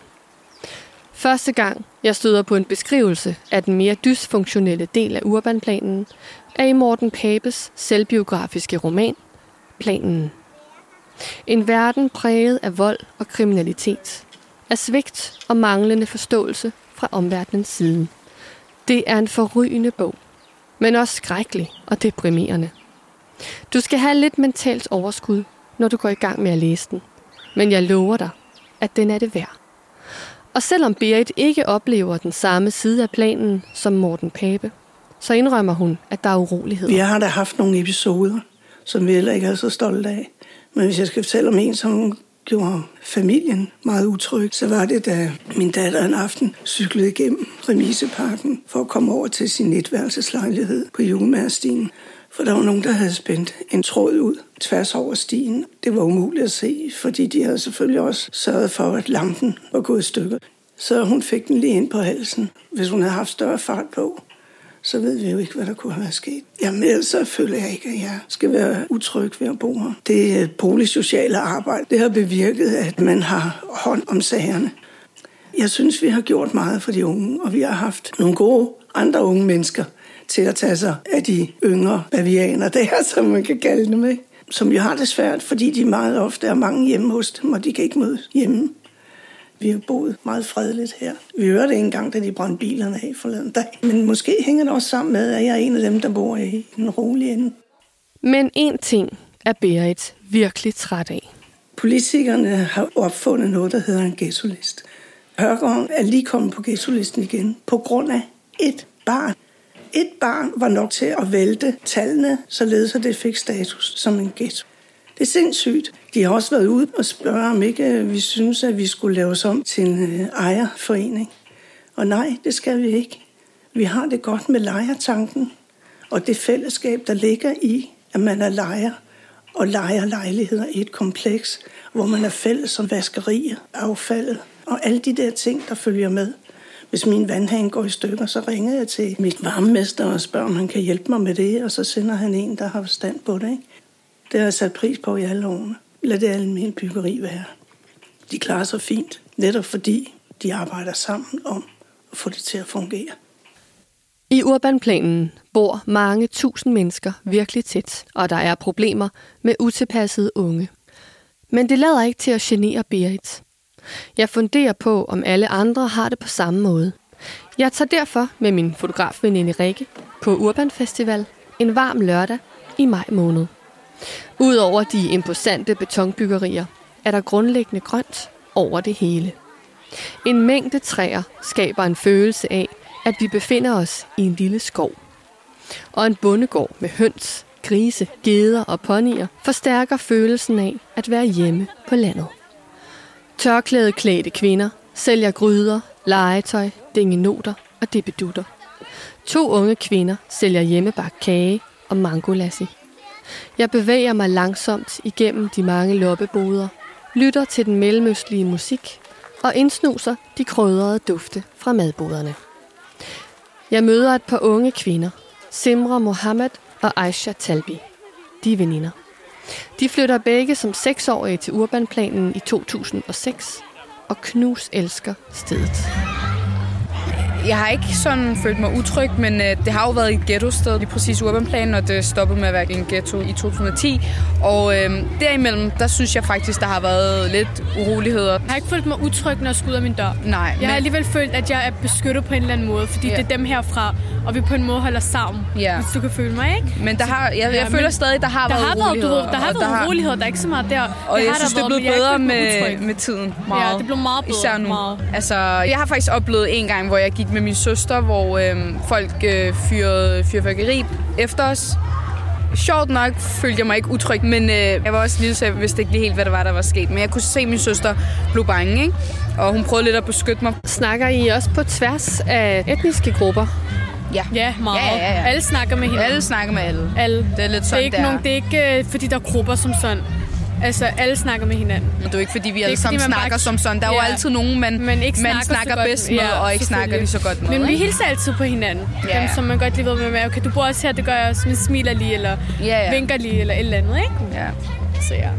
Første gang, jeg støder på en beskrivelse af den mere dysfunktionelle del af Urbanplanen, er i Morten Papes selvbiografiske roman, Planen. En verden præget af vold og kriminalitet, af svigt og manglende forståelse fra omverdenens side. Det er en forrygende bog, men også skrækkelig og deprimerende. Du skal have lidt mentalt overskud, når du går i gang med at læse den, men jeg lover dig, at den er det værd. Og selvom Berit ikke oplever den samme side af planen som Morten Pape, så indrømmer hun, at der er uroligheder. Vi har da haft nogle episoder, som vi heller ikke er så stolte af. Men hvis jeg skal fortælle om en, som gjorde familien meget utryg, så var det, da min datter en aften cyklede igennem Remiseparken for at komme over til sin etværelseslejlighed på Julemærstien. For der var nogen, der havde spændt en tråd ud tværs over stien. Det var umuligt at se, fordi de havde selvfølgelig også sørget for, at lampen var gået i stykker. Så hun fik den lige ind på halsen. Hvis hun havde haft større fart på, så ved vi jo ikke, hvad der kunne have sket. Jamen ellers så føler jeg ikke, at jeg skal være utryg ved at bo her. Det boligsociale arbejde, det har bevirket, at man har hånd om sagerne. Jeg synes, vi har gjort meget for de unge, og vi har haft nogle gode andre unge mennesker til at tage sig af de yngre bavianer der, som man kan kalde dem, ikke? Som jo har det svært, fordi de meget ofte er mange hjemme hos dem, og de kan ikke mødes hjemme. Vi har boet meget fredeligt her. Vi hørte det engang, da de brændte bilerne af forleden dag. Men måske hænger det også sammen med, at jeg er en af dem, der bor i en rolig ende. Men en ting er Berit virkelig træt af. Politikerne har opfundet noget, der hedder en ghettoliste. Hørgaard er lige kommet på ghettolisten igen på grund af et barn. Et barn var nok til at vælte tallene, således at det fik status som en ghetto. Det er sindssygt. De har også været ude og spørge, om ikke vi synes, at vi skulle lave os om til en ejerforening. Og nej, det skal vi ikke. Vi har det godt med lejertanken, og det fællesskab, der ligger i, at man er lejer og lejer lejligheder i et kompleks, hvor man er fælles om vaskerier, affaldet og alle de der ting, der følger med. Hvis min vandhane går i stykker, så ringer jeg til mit varmemester og spørger, om han kan hjælpe mig med det, og så sender han en, der har forstand på det. Ikke? Det har jeg sat pris på i alle årene. Lad det almindelige byggeri være. De klarer sig fint, netop fordi de arbejder sammen om at få det til at fungere. I Urbanplanen bor mange tusind mennesker virkelig tæt, og der er problemer med utilpassede unge. Men det lader ikke til at genere Berit. Jeg funderer på, om alle andre har det på samme måde. Jeg tager derfor med min fotografveninde Rikke på Urban Festival en varm lørdag i maj måned. Udover de imposante betonbyggerier er der grundlæggende grønt over det hele. En mængde træer skaber en følelse af, at vi befinder os i en lille skov. Og en bondegård med høns, grise, geder og ponyer forstærker følelsen af at være hjemme på landet. Tørklædeklædte kvinder sælger gryder, legetøj, dingenoter og dippedutter. To unge kvinder sælger hjemmebagt kage og mangolassi. Jeg bevæger mig langsomt igennem de mange loppeboder, lytter til den mellemøstlige musik og indsnuser de krydrede dufte fra madboderne. Jeg møder et par unge kvinder, Simra Mohammed og Aisha Talbi. De er veninder. De flytter begge som seksårige til Urbanplanen i to tusind og seks og knus elsker stedet. Jeg har ikke sådan følt mig utryg, men øh, det har jo været et ghetto-sted, lige præcis Urbanplanen, og det stoppede med at være en ghetto i to tusind og ti. Og øh, derimellem, der synes jeg faktisk, der har været lidt uroligheder. Jeg har ikke følt mig utryg, når jeg skulle ud af min dør. Nej. Jeg men... har alligevel følt, at jeg er beskyttet på en eller anden måde, fordi yeah. det er dem herfra, og vi på en måde holder sammen, yeah. hvis du kan føle mig, ikke? Men der har, jeg, jeg ja, føler stadig, der har der været har uroligheder. Været, der har været der uroligheder, der er ikke så meget der. Og det jeg har synes, det er blevet bedre med, med tiden. Meget. Ja, det blev meget bedre. Især nu. Meget. Altså, jeg har faktisk oplevet en gang, hvor jeg gik med min søster, hvor øh, folk øh, fyrede fyrværkeri efter os. Sjovt nok følte jeg mig ikke utryg, men øh, jeg var også lille, så jeg vidste ikke lige helt, hvad der var, der var sket. Men jeg kunne se, at min søster blev bange, ikke? Og hun prøvede lidt at beskytte mig. Snakker I også på tværs af etniske grupper? Ja, ja meget. Ja, ja, ja. Alle snakker med hinanden. Alle snakker med alle. alle. Det er lidt sådan, det er ikke, nogen, det er ikke øh, fordi der er grupper som sådan. Altså, alle snakker med hinanden. Men det er jo ikke, fordi vi alle sammen snakker bare... som sådan. Der er ja. jo altid nogen, man, man, ikke snakker, man snakker bedst med, ja, og ikke snakker lige så godt med. Men ikke? vi hilser altid på hinanden. Ja, ja. Dem, som man godt lige ved med, okay, du bor også her, det gør jeg også, men smiler lige, eller ja, ja. vinker lige, eller et eller andet, ikke? Ja. Så ja.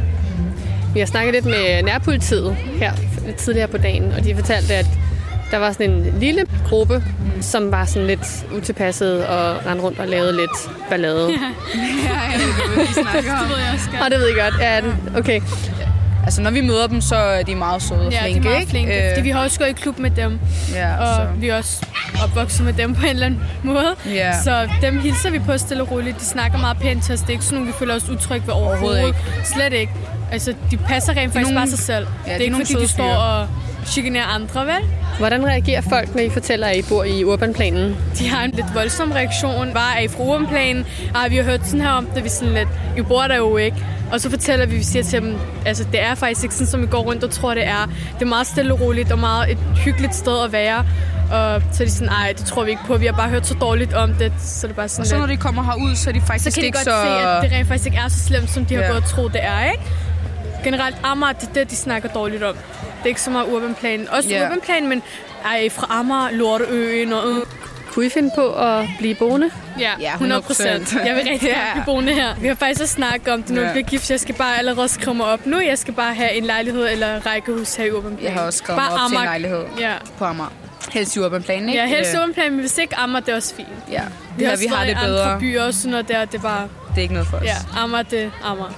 Vi har snakket lidt med nærpolitiet her tidligere på dagen, og de fortalte, at der var sådan en lille gruppe, mm. som var sådan lidt utilpasset og rendte rundt og lavede lidt ballade. Ja, ja jeg ved det, de snakker om. Det ved jeg også godt. Og det ved jeg godt. Ja, okay. Altså, når vi møder dem, så er de meget søde og ja, flinke, de er meget ikke? flinke, øh... fordi vi har også gået i klub med dem. Ja, og så... vi er også opvokset med dem på en eller anden måde. Ja. Så dem hilser vi på stille og roligt. De snakker meget pænt til os. Det er ikke sådan nogle, vi føler os utrygge ved overhovedet. Ikke. Slet ikke. Altså, de passer rent faktisk nogle... bare sig selv. Ja, det er ikke, fordi de står og chikanerer andre, vel? Hvordan reagerer folk, når I fortæller, at I bor i Urbanplanen? De har en lidt voldsom reaktion. Bare er I fra Urbanplanen? Ah, vi har hørt sådan her om det. Vi sådan lidt, I bor der jo ikke. Og så fortæller vi, vi siger til dem, altså det er faktisk ikke sådan, som vi går rundt og tror, det er. Det er meget stille og roligt og meget et hyggeligt sted at være. Og så er de sådan, nej, det tror vi ikke på. Vi har bare hørt så dårligt om det. Så er det bare sådan og så lidt... når de kommer herud, så er de faktisk så ikke så... Så kan de godt se, at det rent faktisk ikke er så slemt, som de har ja. gået og troet, det er, ikke? Generelt Amager, det er det, de snakker dårligt om. Det er ikke så meget Urbanplanen. Også yeah. Urbanplanen, men ej, fra Amager, Lorteøen og... Øh. Kunne I finde på at blive boende? Ja, hundrede procent. Jeg vil rigtig gerne blive boende her. Vi har faktisk også snakket om det, når vi bliver gift. Jeg skal bare allerede skrive mig op nu. Jeg skal bare have en lejlighed eller rækkehus her i Urbanplanen. Jeg har også skrevet mig op Amager. Til en lejlighed ja. på Amager. Helst i Urbanplanen, ikke? Ja, helst i Urbanplanen, men hvis ikke Amager, det er også fint. Ja, vi har, ja, vi har det bedre. Andre byer og sådan noget der, det var... Det er ikke noget for os. Ja, Amager, det er Amager.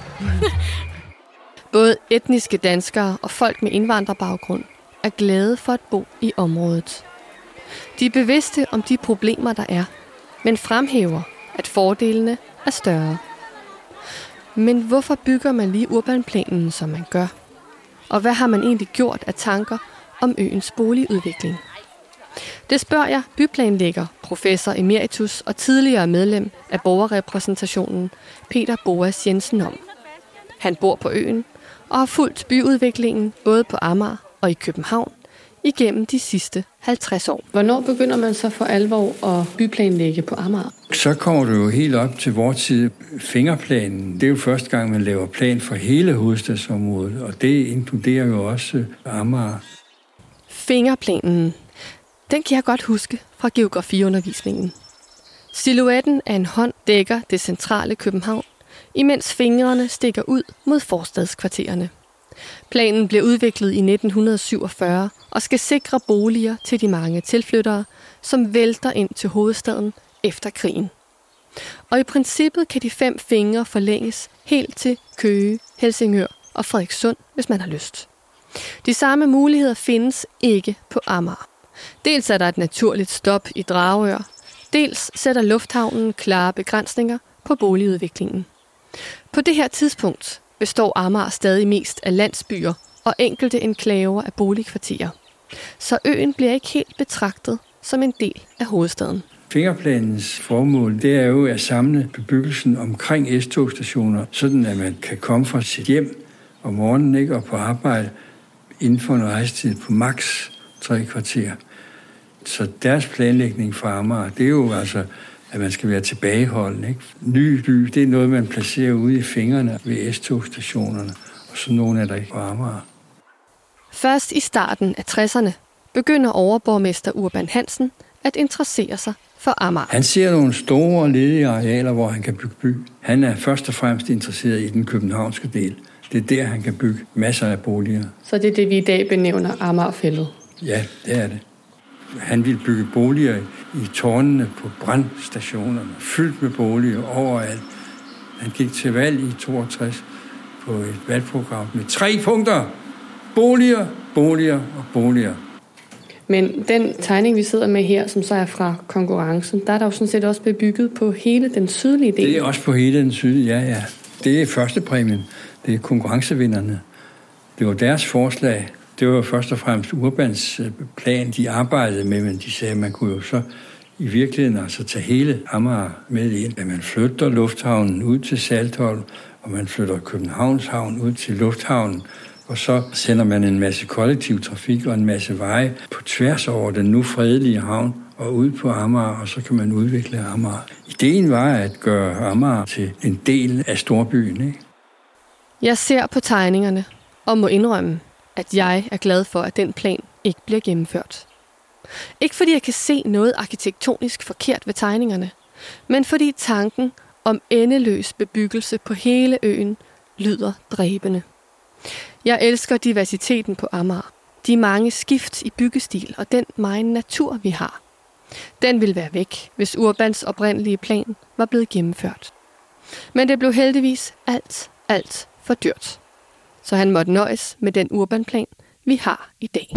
Både etniske danskere og folk med indvandrerbaggrund er glade for at bo i området. De er bevidste om de problemer, der er, men fremhæver, at fordelene er større. Men hvorfor bygger man lige Urbanplanen, som man gør? Og hvad har man egentlig gjort af tanker om øens boligudvikling? Det spørger jeg byplanlægger, professor emeritus og tidligere medlem af borgerrepræsentationen, Peter Boas Jensen om. Han bor på øen og har fulgt byudviklingen både på Amager og i København igennem de sidste halvtreds år. Hvornår begynder man så for alvor at byplanlægge på Amager? Så kommer du jo helt op til vores tid. Fingerplanen, det er jo første gang, man laver plan for hele hovedstadsområdet, og det inkluderer jo også Amager. Fingerplanen. Den kan jeg godt huske fra geografiundervisningen. Silhouetten af en hånd dækker det centrale København, imens fingrene stikker ud mod forstadskvartererne. Planen blev udviklet i nitten syvogfyrre og skal sikre boliger til de mange tilflyttere, som vælter ind til hovedstaden efter krigen. Og i princippet kan de fem fingre forlænges helt til Køge, Helsingør og Frederikssund, hvis man har lyst. De samme muligheder findes ikke på Amager. Dels er der et naturligt stop i Dragør, dels sætter lufthavnen klare begrænsninger på boligudviklingen. På det her tidspunkt består Amager stadig mest af landsbyer og enkelte enklaver af boligkvarterer. Så øen bliver ikke helt betragtet som en del af hovedstaden. Fingerplanens formål, det er jo at samle bebyggelsen omkring S-togstationer, sådan at man kan komme fra sit hjem om morgenen, ikke, og på arbejde inden for en rejsetid på maks tre kvarter. Så deres planlægning for Amager, det er jo altså, at man skal være tilbageholdende. Ikke? Ny by, det er noget, man placerer ude i fingrene ved S-togstationerne, og så nogle er der ikke på Amager. Først i starten af tresserne begynder overborgmester Urban Hansen at interessere sig for Amager. Han ser nogle store ledige arealer, hvor han kan bygge by. Han er først og fremmest interesseret i den københavnske del. Det er der, han kan bygge masser af boliger. Så det er det, vi i dag benævner Amagerfældet? Ja, det er det. Han ville bygge boliger i tårnene på brandstationerne, fyldt med boliger overalt. Han gik til valg i toogtres på et valgprogram med tre punkter. Boliger, boliger og boliger. Men den tegning, vi sidder med her, som så er fra konkurrencen, der er der jo sådan set også bebygget på hele den sydlige del. Det er også på hele den sydlige, ja, ja. Det er første præmien. Det er konkurrencevinderne. Det var deres forslag. Det var først og fremmest Urbans plan, de arbejdede med, men de sagde, at man kunne jo så i virkeligheden altså tage hele Amager med ind. At man flytter lufthavnen ud til Saltholm, og man flytter Københavns Havn ud til lufthavnen, og så sender man en masse kollektiv trafik og en masse veje på tværs over den nu fredelige havn og ud på Amager, og så kan man udvikle Amager. Ideen var at gøre Amager til en del af storbyen, ikke? Jeg ser på tegningerne og må indrømme, at jeg er glad for, at den plan ikke bliver gennemført. Ikke fordi jeg kan se noget arkitektonisk forkert ved tegningerne, men fordi tanken om endeløs bebyggelse på hele øen lyder dræbende. Jeg elsker diversiteten på Amager, de mange skift i byggestil og den megen natur, vi har. Den ville være væk, hvis Urbans oprindelige plan var blevet gennemført. Men det blev heldigvis alt, alt for dyrt. Så han måtte nøjes med den urbanplan, vi har i dag.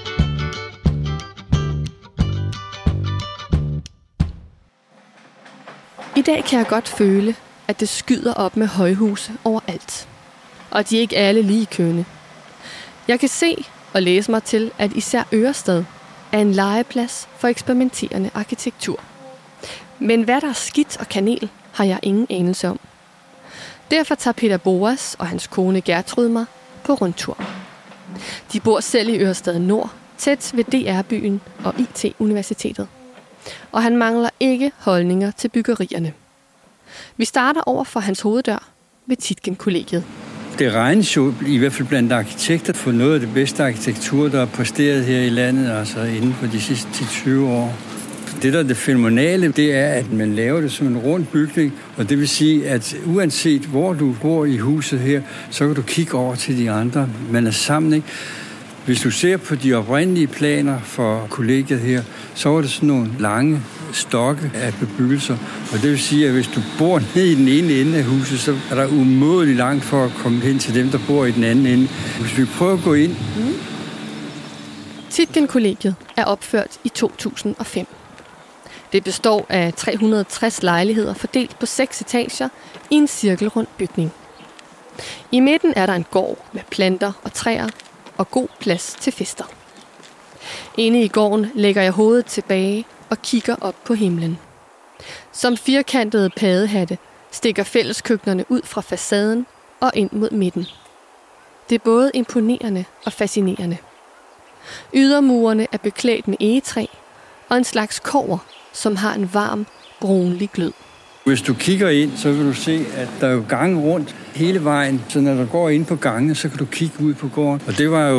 I dag kan jeg godt føle, at det skyder op med højhuse overalt. Og de er ikke alle lige kønne. Jeg kan se og læse mig til, at især Ørestad er en legeplads for eksperimenterende arkitektur. Men hvad der er skidt og kanel, har jeg ingen anelse om. Derfor tager Peter Boas og hans kone Gertrud mig på rundtur. De bor selv i Ørestad Nord, tæt ved D R-byen og I T-universitetet. Og han mangler ikke holdninger til byggerierne. Vi starter over for hans hoveddør ved Tietgen-kollegiet. Det regnes jo i hvert fald blandt arkitekter for noget af det bedste arkitektur, der er præsteret her i landet, altså inden for de sidste ti til tyve år. Det, der er det fænomenale, det er, at man laver det som en rund bygning, og det vil sige, at uanset hvor du bor i huset her, så kan du kigge over til de andre. Man er sammen, ikke? Hvis du ser på de oprindelige planer for kollegiet her, så er det sådan nogle lange stokke af bebyggelser. Og det vil sige, at hvis du bor ned i den ene ende af huset, så er der umådeligt langt for at komme hen til dem, der bor i den anden ende. Hvis vi prøver at gå ind... Mm. Tietgen-kollegiet er opført i to tusind og fem. Det består af tre hundrede og tres lejligheder fordelt på seks etager i en cirkelrund bygning. I midten er der en gård med planter og træer og god plads til fester. Inde i gården lægger jeg hovedet tilbage og kigger op på himlen. Som firkantede paddehatte stikker fælleskøkkenerne ud fra facaden og ind mod midten. Det er både imponerende og fascinerende. Ydermurene er beklædt med egetræ og en slags kobber, som har en varm, brunlig glød. Hvis du kigger ind, så vil du se, at der er jo gange rundt hele vejen. Så når du går ind på gangene, så kan du kigge ud på gården. Og det var jo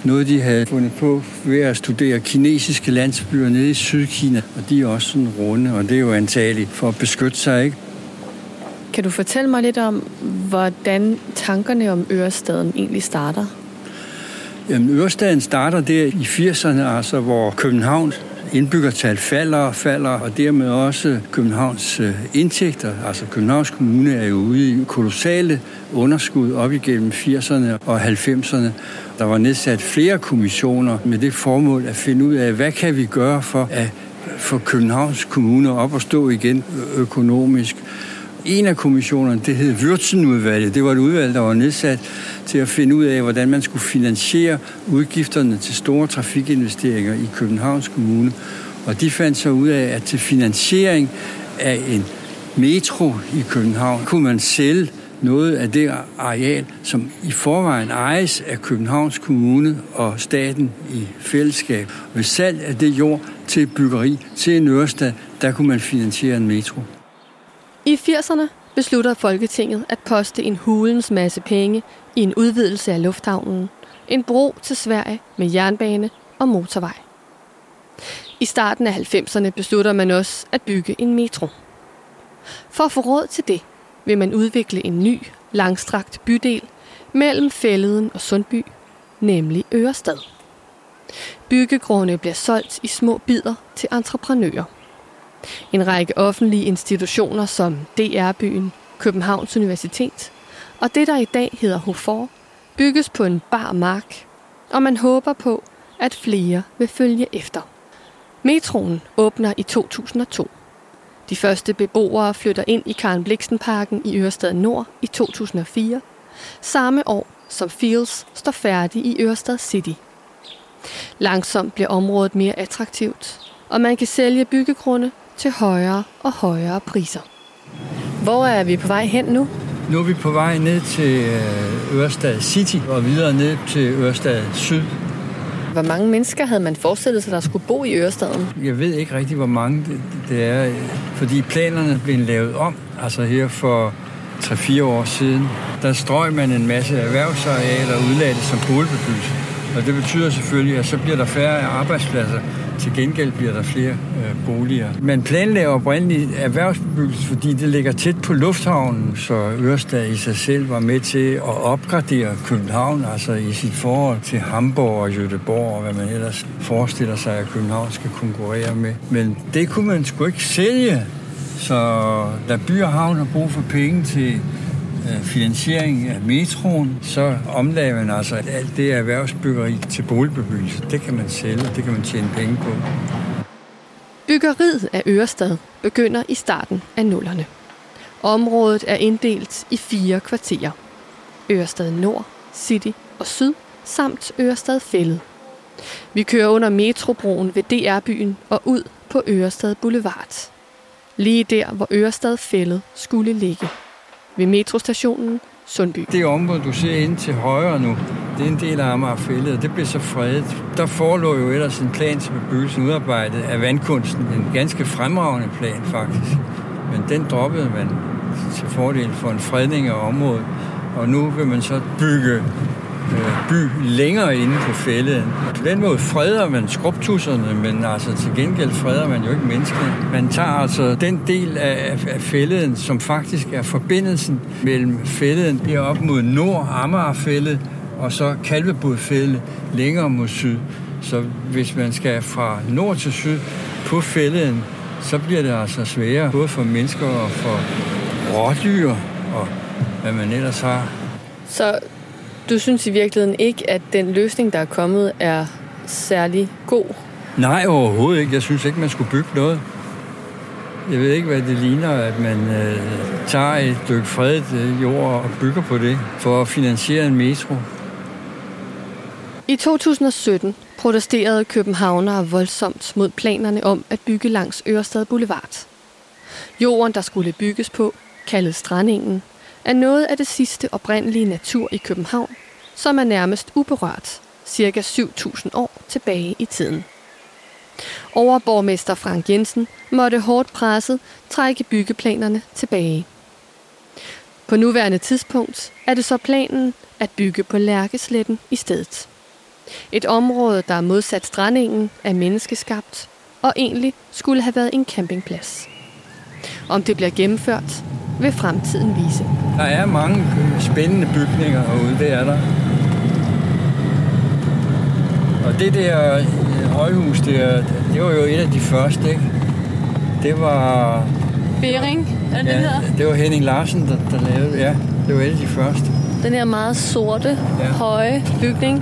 noget, de havde fundet på ved at studere kinesiske landsbyer nede i Sydkina, og de er også sådan runde, og det er jo antageligt for at beskytte sig, ikke? Kan du fortælle mig lidt om, hvordan tankerne om Ørestaden egentlig starter? Jamen, Ørestaden starter der i firserne, altså hvor Københavns indbyggertal falder og falder, og dermed også Københavns indtægter. Altså Københavns Kommune er jo ude i kolossale underskud op igennem firserne og halvfemserne. Der var nedsat flere kommissioner med det formål at finde ud af, hvad kan vi gøre for at få Københavns Kommune op og stå igen økonomisk. En af kommissionerne, det hed Würtzen-udvalget. Det var et udvalg, der var nedsat til at finde ud af, hvordan man skulle finansiere udgifterne til store trafikinvesteringer i Københavns Kommune. Og de fandt så ud af, at til finansiering af en metro i København, kunne man sælge noget af det areal, som i forvejen ejes af Københavns Kommune og staten i fællesskab. Ved salg af det jord til byggeri til en Ørestad, der kunne man finansiere en metro. I firserne beslutter Folketinget at poste en hulens masse penge i en udvidelse af lufthavnen, en bro til Sverige med jernbane og motorvej. I starten af halvfemserne beslutter man også at bygge en metro. For at få råd til det, vil man udvikle en ny, langstrakt bydel mellem Fælleden og Sundby, nemlig Ørestad. Byggegrunde bliver solgt i små bidder til entreprenører. En række offentlige institutioner som D R-byen, Københavns Universitet og det, der i dag hedder HOFOR, bygges på en bar mark, og man håber på, at flere vil følge efter. Metroen åbner i to tusind og to. De første beboere flytter ind i Karen Blixen-parken i Ørestad Nord i to tusind og fire, samme år som Fields står færdig i Ørestad City. Langsomt bliver området mere attraktivt, og man kan sælge byggegrunde til højere og højere priser. Hvor er vi på vej hen nu? Nu er vi på vej ned til Ørestad City og videre ned til Ørestad Syd. Hvor mange mennesker havde man forestillet sig, der skulle bo i Ørestaden? Jeg ved ikke rigtig, hvor mange det, det er, fordi planerne blev lavet om, altså her for tre fire år siden. Der strøg man en masse erhvervsarealer og udlagde det som boligbebyggelse. Og det betyder selvfølgelig, at så bliver der færre arbejdspladser. Til gengæld bliver der flere øh, boliger. Man planlægger oprindeligt erhvervsbebyggelse, fordi det ligger tæt på lufthavnen, så Ørestad i sig selv var med til at opgradere København, altså i sit forhold til Hamburg og Göteborg, og hvad man ellers forestiller sig, at København skal konkurrere med. Men det kunne man sgu ikke sælge, så da By og Havn har brug for penge til finansiering af metroen, så omlagde man altså alt det erhvervsbyggeri til boligbebyggelse. Det kan man sælge, det kan man tjene penge på. Byggeriet af Ørestad begynder i starten af nullerne. Området er inddelt i fire kvarterer. Ørestad Nord, City og Syd, samt Ørestad Fælled. Vi kører under metrobroen ved D R-byen og ud på Ørestad Boulevard. Lige der, hvor Ørestad Fælled skulle ligge. Ved metrostationen Sundby. Det område, du ser inde til højre nu, det er en del af Amagerfælled, og det blev så fredet. Der forelå jo ellers en plan til bebyggelsen udarbejdet af Vandkunsten. En ganske fremragende plan, faktisk. Men den droppede man til fordel for en fredning af området. Og nu vil man så bygge øh, by længere inde på fælleden. På den måde freder man skrubtusserne, men altså til gengæld freder man jo ikke menneskene. Man tager altså den del af, af fælleden, som faktisk er forbindelsen mellem fælleden her op mod nord, Amagerfælled, og så Kalvebodfælled længere mod syd. Så hvis man skal fra nord til syd på fælleden, så bliver det altså sværere, både for mennesker og for rådyr og hvad man ellers har. Så du synes i virkeligheden ikke, at den løsning, der er kommet, er særlig god? Nej, overhovedet ikke. Jeg synes ikke, man skulle bygge noget. Jeg ved ikke, hvad det ligner, at man øh, tager et stykke fredet øh, jord og bygger på det for at finansiere en metro. I to tusind og sytten protesterede københavnere voldsomt mod planerne om at bygge langs Ørestad Boulevard. Jorden, der skulle bygges på, kaldet Strandingen, er noget af det sidste oprindelige natur i København, som er nærmest uberørt, cirka syv tusind år tilbage i tiden. Overborgmester Frank Jensen måtte hårdt presset trække byggeplanerne tilbage. På nuværende tidspunkt er det så planen at bygge på Lærkesletten i stedet. Et område, der modsat strandingen er menneskeskabt, og egentlig skulle have været en campingplads. Om det bliver gennemført, vil fremtiden vise. Der er mange spændende bygninger herude, det er der. Og det der højhus, der, det var jo et af de første, ikke? Det var... Bering, er det ja, det her? Det var Henning Larsen, der, der lavede, ja. Det var et af de første. Den her meget sorte, ja. høje bygning.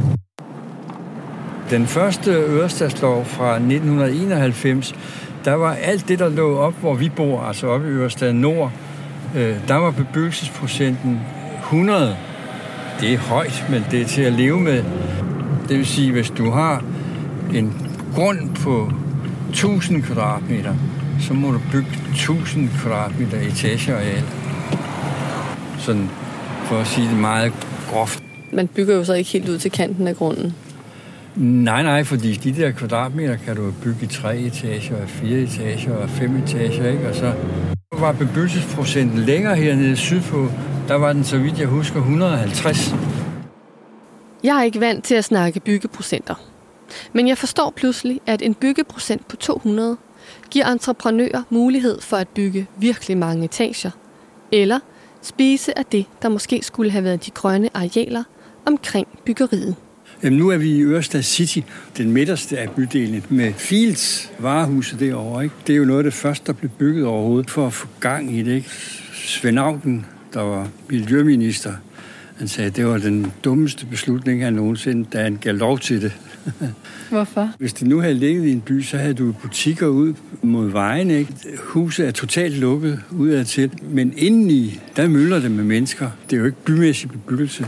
Den første Ørestadslov fra nitten enoghalvfems, der var alt det, der lå op, hvor vi bor, altså oppe i Ørestad Nord, øh, der var bebyggelsesprocenten hundrede. Det er højt, men det er til at leve med. Det vil sige, hvis du har en grund på tusind kvadratmeter, så må du bygge tusind kvadratmeter etageareal. Sådan for at sige det meget groft. Man bygger jo så ikke helt ud til kanten af grunden. Nej, nej, fordi de der kvadratmeter kan du bygge i tre etager, og fire etager og fem etager, ikke? Og så var bebyggelsesprocenten længere hernede sydpå, der var den, så vidt jeg husker, et hundrede og halvtreds. Jeg er ikke vant til at snakke byggeprocenter. Men jeg forstår pludselig, at en byggeprocent på to hundrede giver entreprenører mulighed for at bygge virkelig mange etager. Eller spise af det, der måske skulle have været de grønne arealer omkring byggeriet. Jamen, nu er vi i Ørestad City, den midterste af bydelen, med Fields varehuset derovre. Ikke? Det er jo noget af det første, der blev bygget overhovedet for at få gang i det. Ikke? Svend Auken, der var miljøminister, han sagde, at det var den dummeste beslutning, han nogensinde, da han gav lov til det. Hvorfor? Hvis det nu havde ligget i en by, så havde du butikker ud mod vejen. Ikke? Huset er totalt lukket udadtil, men indeni, der mylder det med mennesker. Det er jo ikke bymæssig bebyggelse.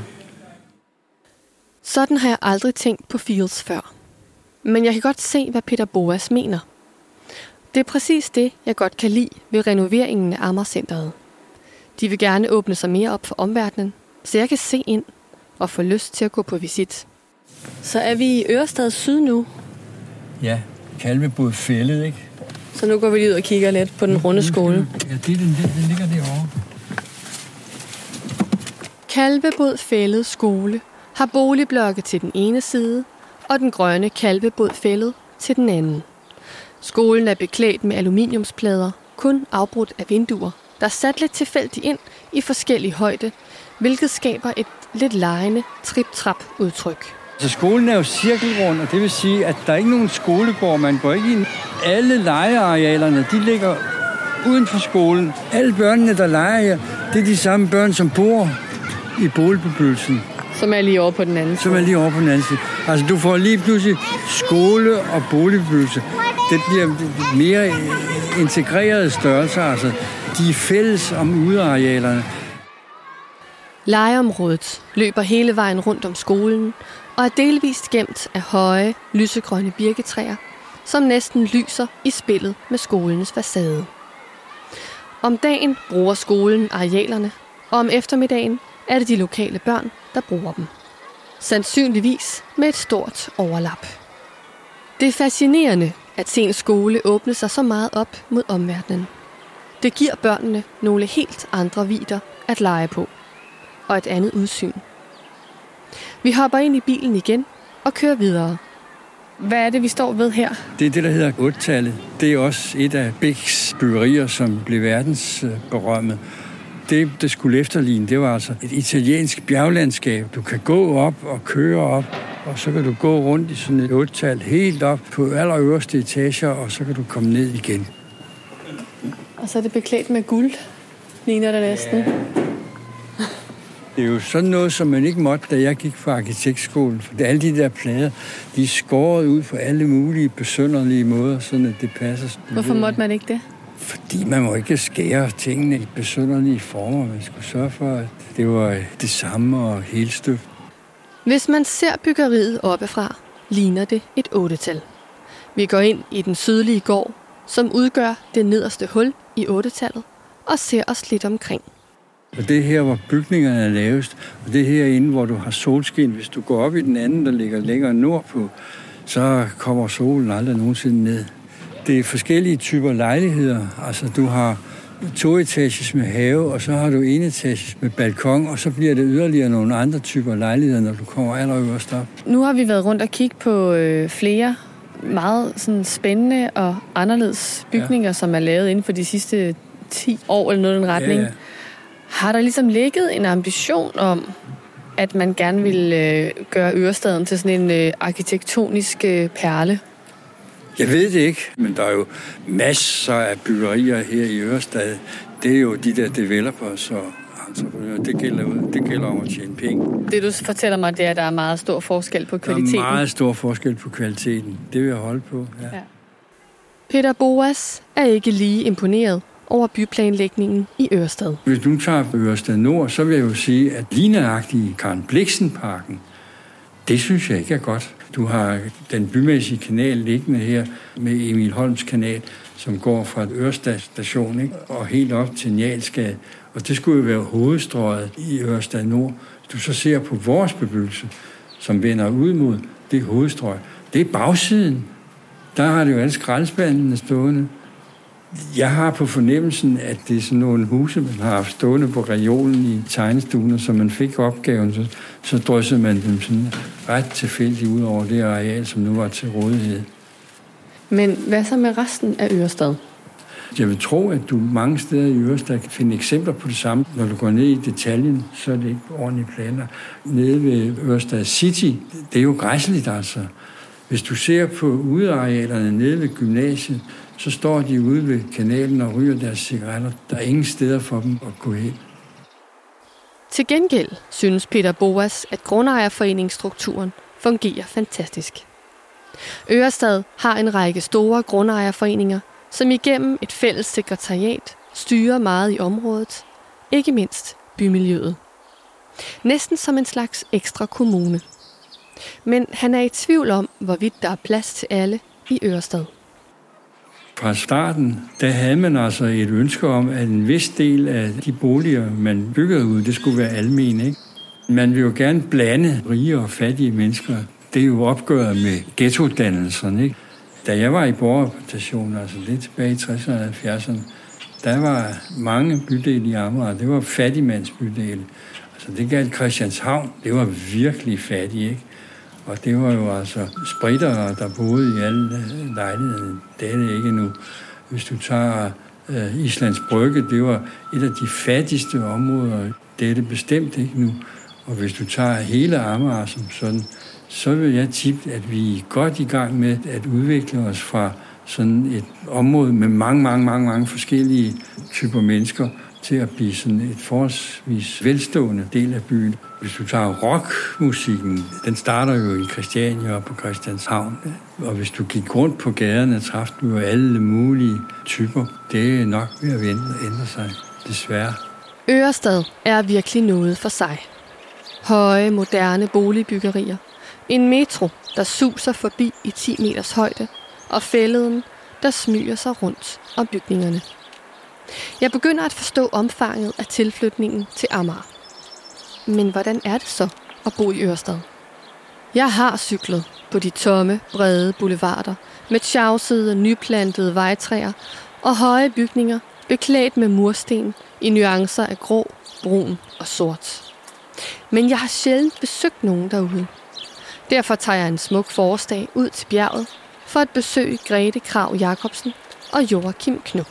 Sådan har jeg aldrig tænkt på Fields før. Men jeg kan godt se, hvad Peter Boas mener. Det er præcis det, jeg godt kan lide ved renoveringen af Amagercenteret. De vil gerne åbne sig mere op for omverdenen, så jeg kan se ind og få lyst til at gå på visit. Så er vi i Ørestad Syd nu. Ja, Kalvebod Fællet, ikke? Så nu går vi lige ud og kigger lidt på den runde skole. Ja, det er den, den ligger derovre. Kalvebod Fællet skole har boligblokke til den ene side, og den grønne Kalvebod Fællet til den anden. Skolen er beklædt med aluminiumsplader, kun afbrudt af vinduer, der er sat lidt tilfældigt ind i forskellig højde, hvilket skaber et lidt legende trip-trap-udtryk. Så skolen er jo cirkelrund, og det vil sige, at der er ikke nogen skolegård, man går ikke ind. Alle legearealerne, de ligger uden for skolen. Alle børnene, der leger her, det er de samme børn, som bor i boligbebyggelsen. Som er lige over på den anden side. Som er lige over på den anden side. Altså, du får lige pludselig skole og boligbebyggelse. Det bliver mere integrerede størrelser, altså. De er fælles om udearealerne. Legeområdet løber hele vejen rundt om skolen og er delvist gemt af høje, lysegrønne birketræer, som næsten lyser i spillet med skolens facade. Om dagen bruger skolen arealerne, og om eftermiddagen er det de lokale børn, der bruger dem. Sandsynligvis med et stort overlap. Det er fascinerende at se en skole åbne sig så meget op mod omverdenen. Det giver børnene nogle helt andre vidder at lege på, og et andet udsyn. Vi hopper ind i bilen igen og kører videre. Hvad er det, vi står ved her? Det er det, der hedder otte-tallet. Det er også et af Bechs byggerier, som blev verdensberømmet. Det, det skulle efterligne, det var altså et italiensk bjerglandskab. Du kan gå op og køre op, og så kan du gå rundt i sådan et otte-tal helt op på allerøverste etager, og så kan du komme ned igen. Og så er det beklædt med guld, ligner det næsten. Ja. Det er jo sådan noget, som man ikke måtte, da jeg gik på arkitektskolen. For alle de der plader, de er skåret ud på alle mulige besynderlige måder, sådan at det passer. Hvorfor måtte man ikke det? Fordi man må ikke skære tingene i besynderlige former. Man skulle sørge for, at det var det samme og helstøbt. Hvis man ser byggeriet oppefra, ligner det et otte-tal. Vi går ind i den sydlige gård, som udgør det nederste hul i otte-tallet, og ser os lidt omkring. Og det her, hvor bygningerne er lavest, og det herinde, hvor du har solskin. Hvis du går op i den anden, der ligger længere nordpå, så kommer solen aldrig nogensinde ned. Det er forskellige typer lejligheder. Altså, du har to etages med have, og så har du en etages med balkon, og så bliver det yderligere nogle andre typer lejligheder, når du kommer allerøverst op. Nu har vi været rundt og kigge på øh, flere meget sådan, spændende og anderledes bygninger, ja. Som er lavet inden for de sidste ti år eller noget i den retning. Ja, ja. Har der ligesom ligget en ambition om, at man gerne vil øh, gøre Ørestaden til sådan en øh, arkitektonisk øh, perle? Jeg ved det ikke, men der er jo masser af byggerier her i Ørestad. Det er jo de der developers, og altså, det, gælder, det gælder om at tjene penge. Det du fortæller mig, det er, at der er meget stor forskel på kvaliteten. Der er meget stor forskel på kvaliteten. Det vil jeg holde på, ja. Ja. Peter Boas er ikke lige imponeret over byplanlægningen i Ørestad. Hvis du tager Ørestad Nord, så vil jeg jo sige, at lige nøjagtigt Karen Blixen-parken, det synes jeg ikke er godt. Du har den bymæssige kanal liggende her med Emil Holms kanal, som går fra Ørestad station, ikke? Og helt op til Njalsgade. Og det skulle jo være hovedstrøget i Ørestad Nord. Hvis du så ser på vores bebyggelse, som vender ud mod det hovedstrøg, det er bagsiden. Der har det jo alle skraldespandene stående. Jeg har på fornemmelsen, at det er sådan nogle huse, man har haft stående på reolen i tegnestuen, og så man fik opgaven, så, så dryssede man dem sådan ret tilfældigt ud over det areal, som nu var til rådighed. Men hvad så med resten af Ørestad? Jeg vil tro, at du mange steder i Ørestad kan finde eksempler på det samme. Når du går ned i detaljen, så er det ikke ordentligt planer. Nede ved Ørestad City, det er jo græsseligt altså. Hvis du ser på udearealerne nede ved gymnasiet, så står de ude ved kanalen og ryger deres cigaretter. Der er ingen steder for dem at gå hen. Til gengæld synes Peter Boas, at grundejerforeningsstrukturen fungerer fantastisk. Ørestad har en række store grundejerforeninger, som igennem et fælles sekretariat styrer meget i området, ikke mindst bymiljøet. Næsten som en slags ekstra kommune. Men han er i tvivl om, hvorvidt der er plads til alle i Ørestad. Fra starten, der havde man altså et ønske om, at en vis del af de boliger, man byggede ud, det skulle være almene, ikke? Man vil jo gerne blande rige og fattige mennesker. Det er jo opgøret med ghettodannelserne, ikke? Da jeg var i borgerrepræsentationen, altså lidt tilbage i tresserne og halvfjerdserne, der var mange bydele i Amager, det var fattigmandsbydele. Altså det galt Christianshavn, det var virkelig fattig, ikke? Og det var jo altså spritere, der boede i alle lejlighederne. Det er det ikke nu. Hvis du tager uh, Islands Brygge, det var et af de fattigste områder. Det er det bestemt ikke nu. Og hvis du tager hele Amager som sådan, så vil jeg tippe, at vi er godt i gang med at udvikle os fra sådan et område med mange, mange, mange, mange forskellige typer mennesker til at blive sådan et forholdsvis velstående del af byen. Hvis du tager rockmusikken, den starter jo i Christiania og på Christianshavn. Og hvis du gik rundt på gaderne, træffede du jo alle mulige typer. Det er nok ved at ændre sig, desværre. Ørestad er virkelig noget for sig. Høje, moderne boligbyggerier. En metro, der suser forbi i ti meters højde. Og fælleden, der smyger sig rundt om bygningerne. Jeg begynder at forstå omfanget af tilflytningen til Amager. Men hvordan er det så at bo i Ørestad? Jeg har cyklet på de tomme, brede boulevarder med tjavsede, nyplantede vejtræer og høje bygninger beklædt med mursten i nuancer af grå, brun og sort. Men jeg har sjældent besøgt nogen derude. Derfor tager jeg en smuk forårsdag ud til bjerget for at besøge Grete Krag Jacobsen og Joachim Knop.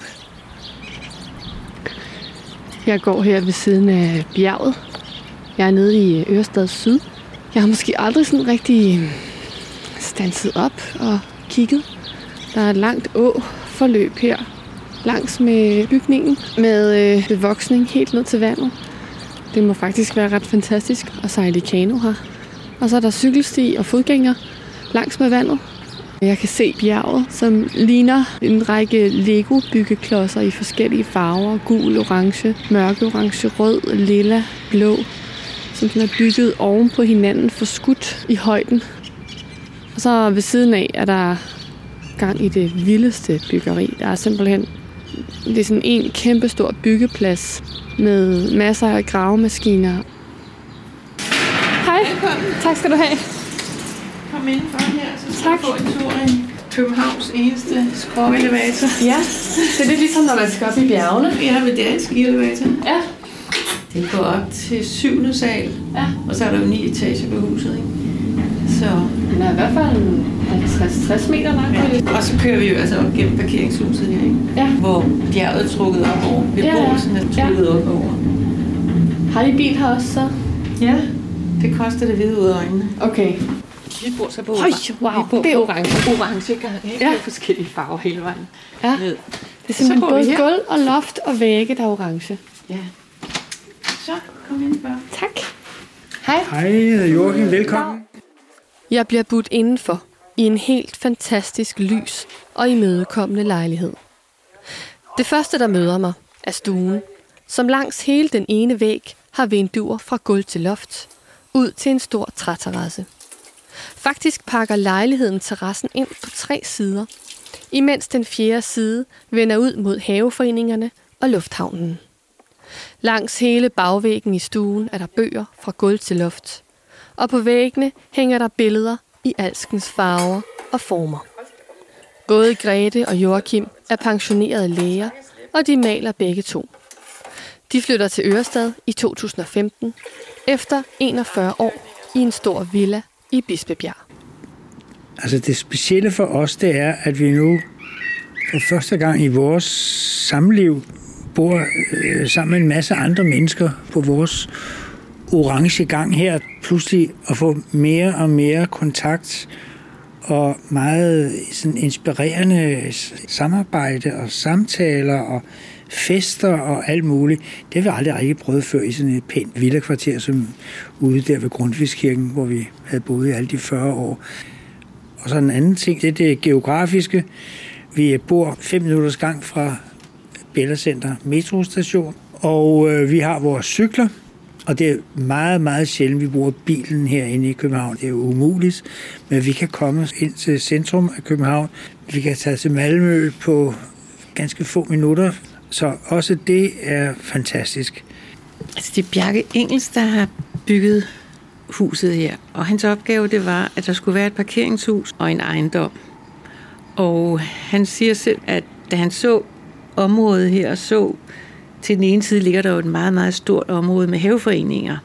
Jeg går her ved siden af bjerget. Jeg er nede i Ørestad Syd. Jeg har måske aldrig sådan rigtig standset op og kigget. Der er et langt åforløb her langs med bygningen med øh, bevoksning helt ned til vandet. Det må faktisk være ret fantastisk at sejle i kano her. Og så er der cykelsti og fodgænger langs med vandet. Jeg kan se bjerget, som ligner en række Lego-byggeklodser i forskellige farver. Gul, orange, mørke orange, rød, lilla, blå. Som er bygget oven på hinanden, forskudt i højden. Og så ved siden af er der gang i det vildeste byggeri. Der er simpelthen det er sådan en kæmpestor byggeplads med masser af gravemaskiner. Hej. Velkommen. Tak skal du have. Kom indenfor her, så tak. Få en tur ind. Københavns eneste skråelevator. Ja, så det er ligesom, når man skal op i bjergene. Ja, men det er en skielevator. Ja. Den går op til syvende sal, ja. Og så er der jo ni etager på huset, ikke? Så... Den er i hvert fald halvtreds til tres meter lang. Ja. Og så kører vi jo altså op gennem parkeringshuset her, ikke? Ja. Hvor bjerget er trukket op over. Beboelsen er trukket ja. op over. Har I bil her også så? Ja, det koster det hvide ud af øjnene. Okay. Vi bor så på orange. Wow, det er orange. Orange gang, ikke? Ja. Det er forskellige farver hele vejen ja. ned. Det er simpelthen både gulv og loft og vægge, der er orange. Ja. Så, kom ind bare. Tak. Hej. Hej, Joachim. Velkommen. Jeg bliver budt indenfor i en helt fantastisk lys og imødekommende lejlighed. Det første, der møder mig, er stuen, som langs hele den ene væg har vinduer fra gulv til loft, ud til en stor træterrasse. Faktisk pakker lejligheden terrassen ind på tre sider, imens den fjerde side vender ud mod haveforeningerne og lufthavnen. Langs hele bagvæggen i stuen er der bøger fra gulv til loft, og på væggene hænger der billeder i alskens farver og former. Både Grete og Joachim er pensionerede læger, og de maler begge to. De flytter til Ørestad i to tusind og femten, efter enogfyrre år i en stor villa i Bispebjerg. Altså det specielle for os, det er, at vi nu for første gang i vores samliv bor øh, sammen med en masse andre mennesker på vores orange gang her. Pludselig at få mere og mere kontakt og meget sådan inspirerende samarbejde og samtaler og fester og alt muligt. Det har vi aldrig rigtig prøvet før i sådan et pænt villakvarter som ude der ved Grundtvigskirken, hvor vi havde boet i alle de fyrre år. Og så en anden ting, det er det geografiske. Vi bor fem minutters gang fra Bella Center metrostation, og øh, vi har vores cykler, og det er meget, meget sjældent, vi bruger bilen herinde i København. Det er jo umuligt, men vi kan komme ind til centrum af København. Vi kan tage til Malmø på ganske få minutter, så også det er fantastisk. Altså det er Bjarke Engels, der har bygget huset her, og hans opgave det var, at der skulle være et parkeringshus og en ejendom. Og han siger selv, at da han så området her, så til den ene side ligger der jo et meget, meget stort område med haveforeninger.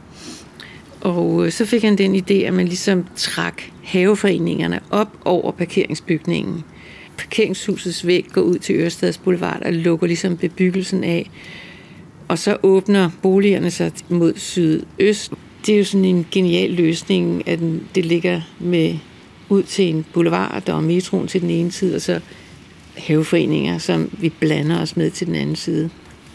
Og så fik han den idé, at man ligesom trak haveforeningerne op over parkeringsbygningen. Parkeringshusets væg går ud til Ørestads Boulevard og lukker ligesom bebyggelsen af. Og så åbner boligerne sig mod sydøst. Det er jo sådan en genial løsning, at det ligger med ud til en boulevard, der er metroen til den ene side, og så haveforeninger, som vi blander os med til den anden side.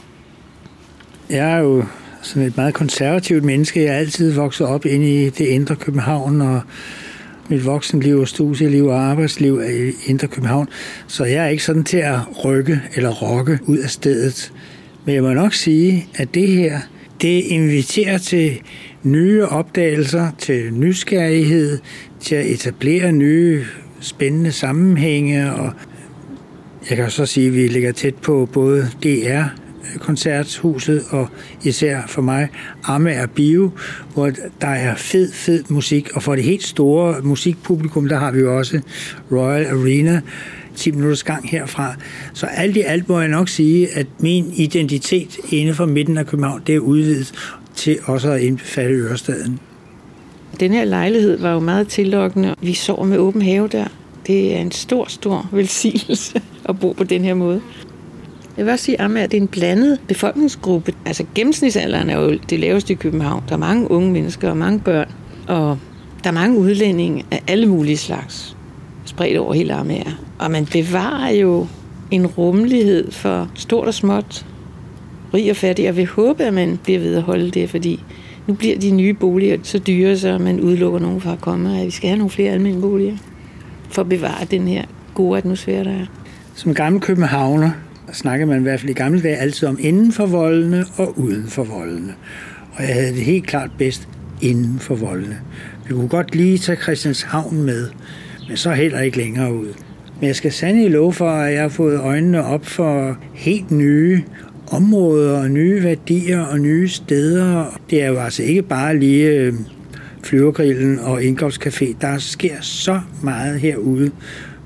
Jeg er jo sådan et meget konservativt menneske. Jeg er altid vokset op inde i det indre København, og mit voksenliv og studieliv og arbejdsliv er i indre København. Så jeg er ikke sådan til at rykke eller rokke ud af stedet. Men jeg må nok sige, at det her, det inviterer til nye opdagelser, til nysgerrighed, til at etablere nye spændende sammenhænge. Og jeg kan så sige, at vi ligger tæt på både D R koncerthuset og især for mig Amager Bio, hvor der er fed, fed musik. Og for det helt store musikpublikum, der har vi jo også Royal Arena, ti minutters gang herfra. Så alt i alt må jeg nok sige, at min identitet inden for midten af København, det er udvidet til også at indbefatte Ørestaden. Den her lejlighed var jo meget tillokkende. Vi sover med åben have der. Det er en stor, stor velsignelse at bo på den her måde. Jeg vil også sige, at det er en blandet befolkningsgruppe. Altså gennemsnitsalderen er jo det laveste i København. Der er mange unge mennesker og mange børn. Og der er mange udlændinge af alle mulige slags, spredt over hele Amager. Og man bevarer jo en rummelighed for stort og småt, rig og fattig. Jeg vil håbe, at man bliver ved at holde det, fordi nu bliver de nye boliger så dyre, så man udelukker nogen fra at komme. At vi skal have nogle flere almindelige boliger for at bevare den her gode atmosfære, der er. Som gammel københavner snakker man i hvert fald i gamle dage altid om inden for voldene og uden for voldene. Og jeg havde det helt klart bedst inden for voldene. Vi kunne godt lige tage Christianshavn med, men så heller ikke længere ud. Men jeg skal sandelig love for, at jeg har fået øjnene op for helt nye områder og nye værdier og nye steder. Det er jo altså ikke bare lige Flyvergrillen og Ingolfs Café. Der sker så meget herude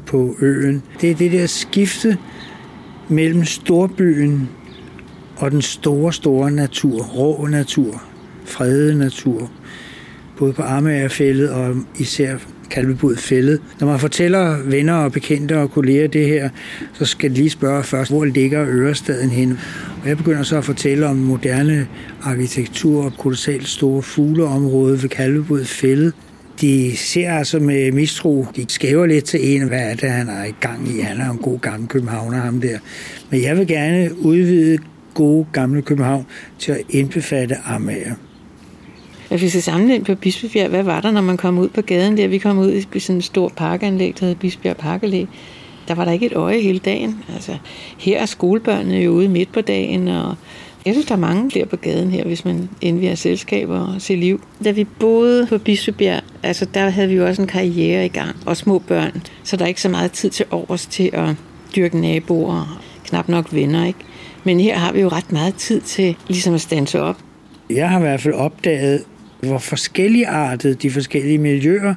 på øen. Det er det der skifte mellem storbyen og den store, store natur, rå natur, fredet natur, både på Amagerfældet og især Kalvebodfældet. Når man fortæller venner og bekendte og kolleger det her, så skal de lige spørge først, hvor ligger Ørestaden henne? Og jeg begynder så at fortælle om moderne arkitektur og kolossalt store fugleområde ved Kalvebodfældet. De ser altså med mistro. De skæver lidt til en, hvad er det, han er i gang i. Han er en god gammel københavner, ham der. Men jeg vil gerne udvide gode gamle København til at indbefatte Amager. Hvis vi skal sammenligne på Bispebjerg, hvad var der, når man kom ud på gaden der? Vi kom ud i sådan en stor parkanlæg, der hed Bispebjerg Parkanlæg. Der var der ikke et øje hele dagen. Altså, her er skolebørnene jo ude midt på dagen, og jeg synes, der er mange flere på gaden her, hvis man indviger selskaber og ser liv. Da vi boede på Bispebjerg, altså der havde vi jo også en karriere i gang, og små børn, så der er ikke så meget tid til overs til at dyrke naboer, knap nok venner, ikke? Men her har vi jo ret meget tid til ligesom at standse op. Jeg har i hvert fald opdaget, hvor forskelligartet de forskellige miljøer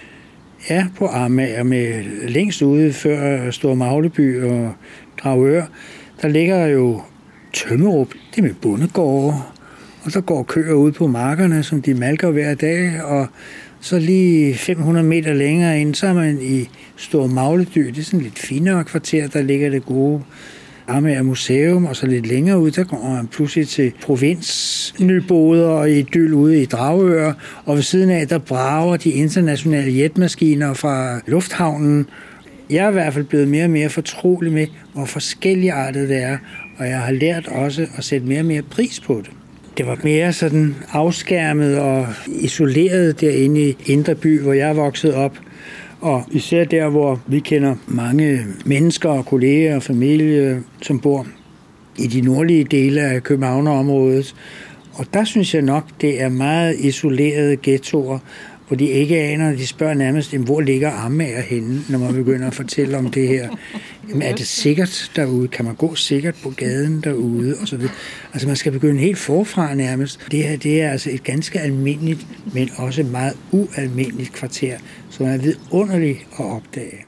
er på Amager, med længst ude før Store Magleby og Dragør. Der ligger jo Tømmerup, det er med bondegårde, og der går køer ud på markerne, som de malker hver dag, og så lige fem hundrede meter længere ind, så er man i Store Magleby, det er sådan lidt finere kvarter, der ligger det gode Amager Museum, og så lidt længere ud, der går man pludselig til provinsnyboder og idyl ude i Dragør, og ved siden af, der brager de internationale jetmaskiner fra lufthavnen. Jeg er i hvert fald blevet mere og mere fortrolig med, hvor forskelligartet det er, og jeg har lært også at sætte mere og mere pris på det. Det var mere sådan afskærmet og isoleret derinde i Indre By, hvor jeg er vokset op. Og især der, hvor vi kender mange mennesker og kolleger og familie, som bor i de nordlige dele af Københavnerområdet. Og der synes jeg nok, det er meget isolerede ghettoer, hvor de ikke aner, de spørger nærmest, hvor ligger Amager henne, når man begynder at fortælle om det her. Jamen, er det sikkert derude? Kan man gå sikkert på gaden derude? Og så videre. Altså, man skal begynde helt forfra nærmest. Det her, det er altså et ganske almindeligt, men også meget ualmindeligt kvarter, som er vidunderligt at opdage.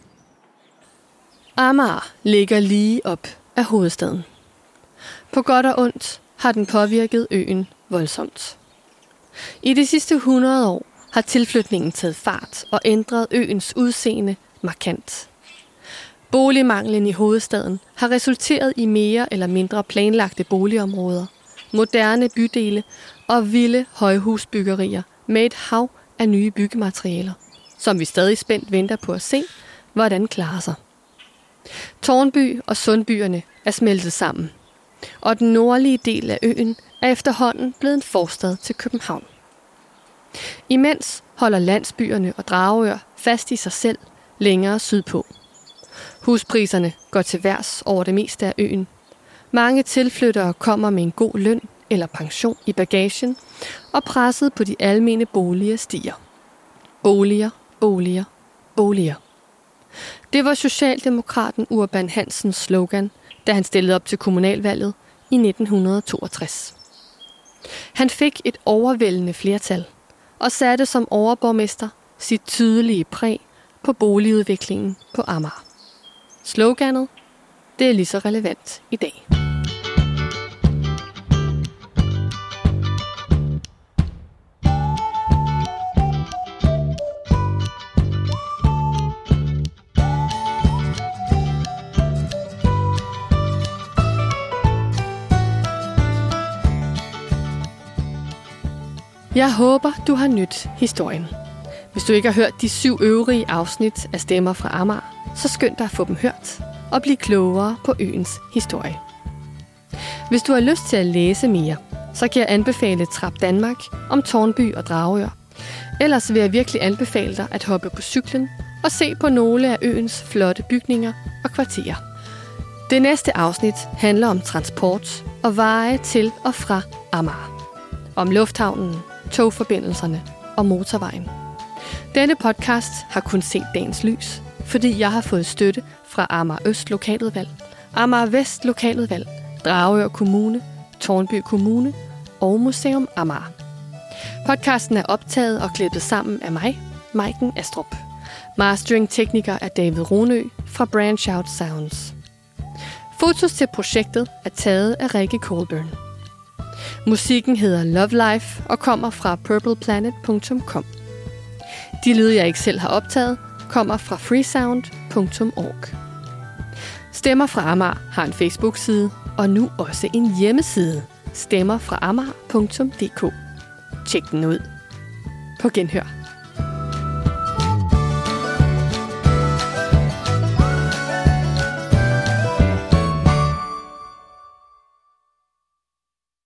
Amager ligger lige op af hovedstaden. På godt og ondt har den påvirket øen voldsomt. I de sidste hundrede år har tilflytningen taget fart og ændret øens udseende markant. Boligmanglen i hovedstaden har resulteret i mere eller mindre planlagte boligområder, moderne bydele og vilde højhusbyggerier med et hav af nye byggematerialer, som vi stadig spændt venter på at se, hvordan klarer sig. Tårnby og Sundbyerne er smeltet sammen, og den nordlige del af øen er efterhånden blevet en forstad til København. Imens holder landsbyerne og Dragør fast i sig selv længere sydpå. Huspriserne går til værs over det meste af øen. Mange tilflyttere kommer med en god løn eller pension i bagagen, og presset på de almene boliger stiger. Boliger, boliger, boliger. Det var socialdemokraten Urban Hansens slogan, da han stillede op til kommunalvalget i nitten toogtres. Han fik et overvældende flertal og satte som overborgmester sit tydelige præg på boligudviklingen på Amager. Sloganet, det er lige så relevant i dag. Jeg håber, du har nydt historien. Hvis du ikke har hørt de syv øvrige afsnit af Stemmer fra Amager, så skynd dig at få dem hørt og blive klogere på øens historie. Hvis du har lyst til at læse mere, så kan jeg anbefale Trap Danmark om Tårnby og Dragør. Ellers vil jeg virkelig anbefale dig at hoppe på cyklen og se på nogle af øens flotte bygninger og kvarterer. Det næste afsnit handler om transport og veje til og fra Amager. Om lufthavnen, togforbindelserne og motorvejen. Denne podcast har kun set dagens lys, fordi jeg har fået støtte fra Amager Øst Lokaludvalg, Amager Vest Lokaludvalg, Dragør Kommune, Tårnby Kommune og Museum Amager. Podcasten er optaget og klippet sammen af mig, Maiken Astrup. Mastering-tekniker er David Ronø fra Branch Out Sounds. Fotos til projektet er taget af Rikke Colburn. Musikken hedder Love Life og kommer fra purple planet punktum com. De lyde, jeg ikke selv har optaget, kommer fra freesound punktum org. Stemmer fra Amager har en Facebook-side og nu også en hjemmeside, stemmer fra amager punktum d k. Tjek den ud. På genhør.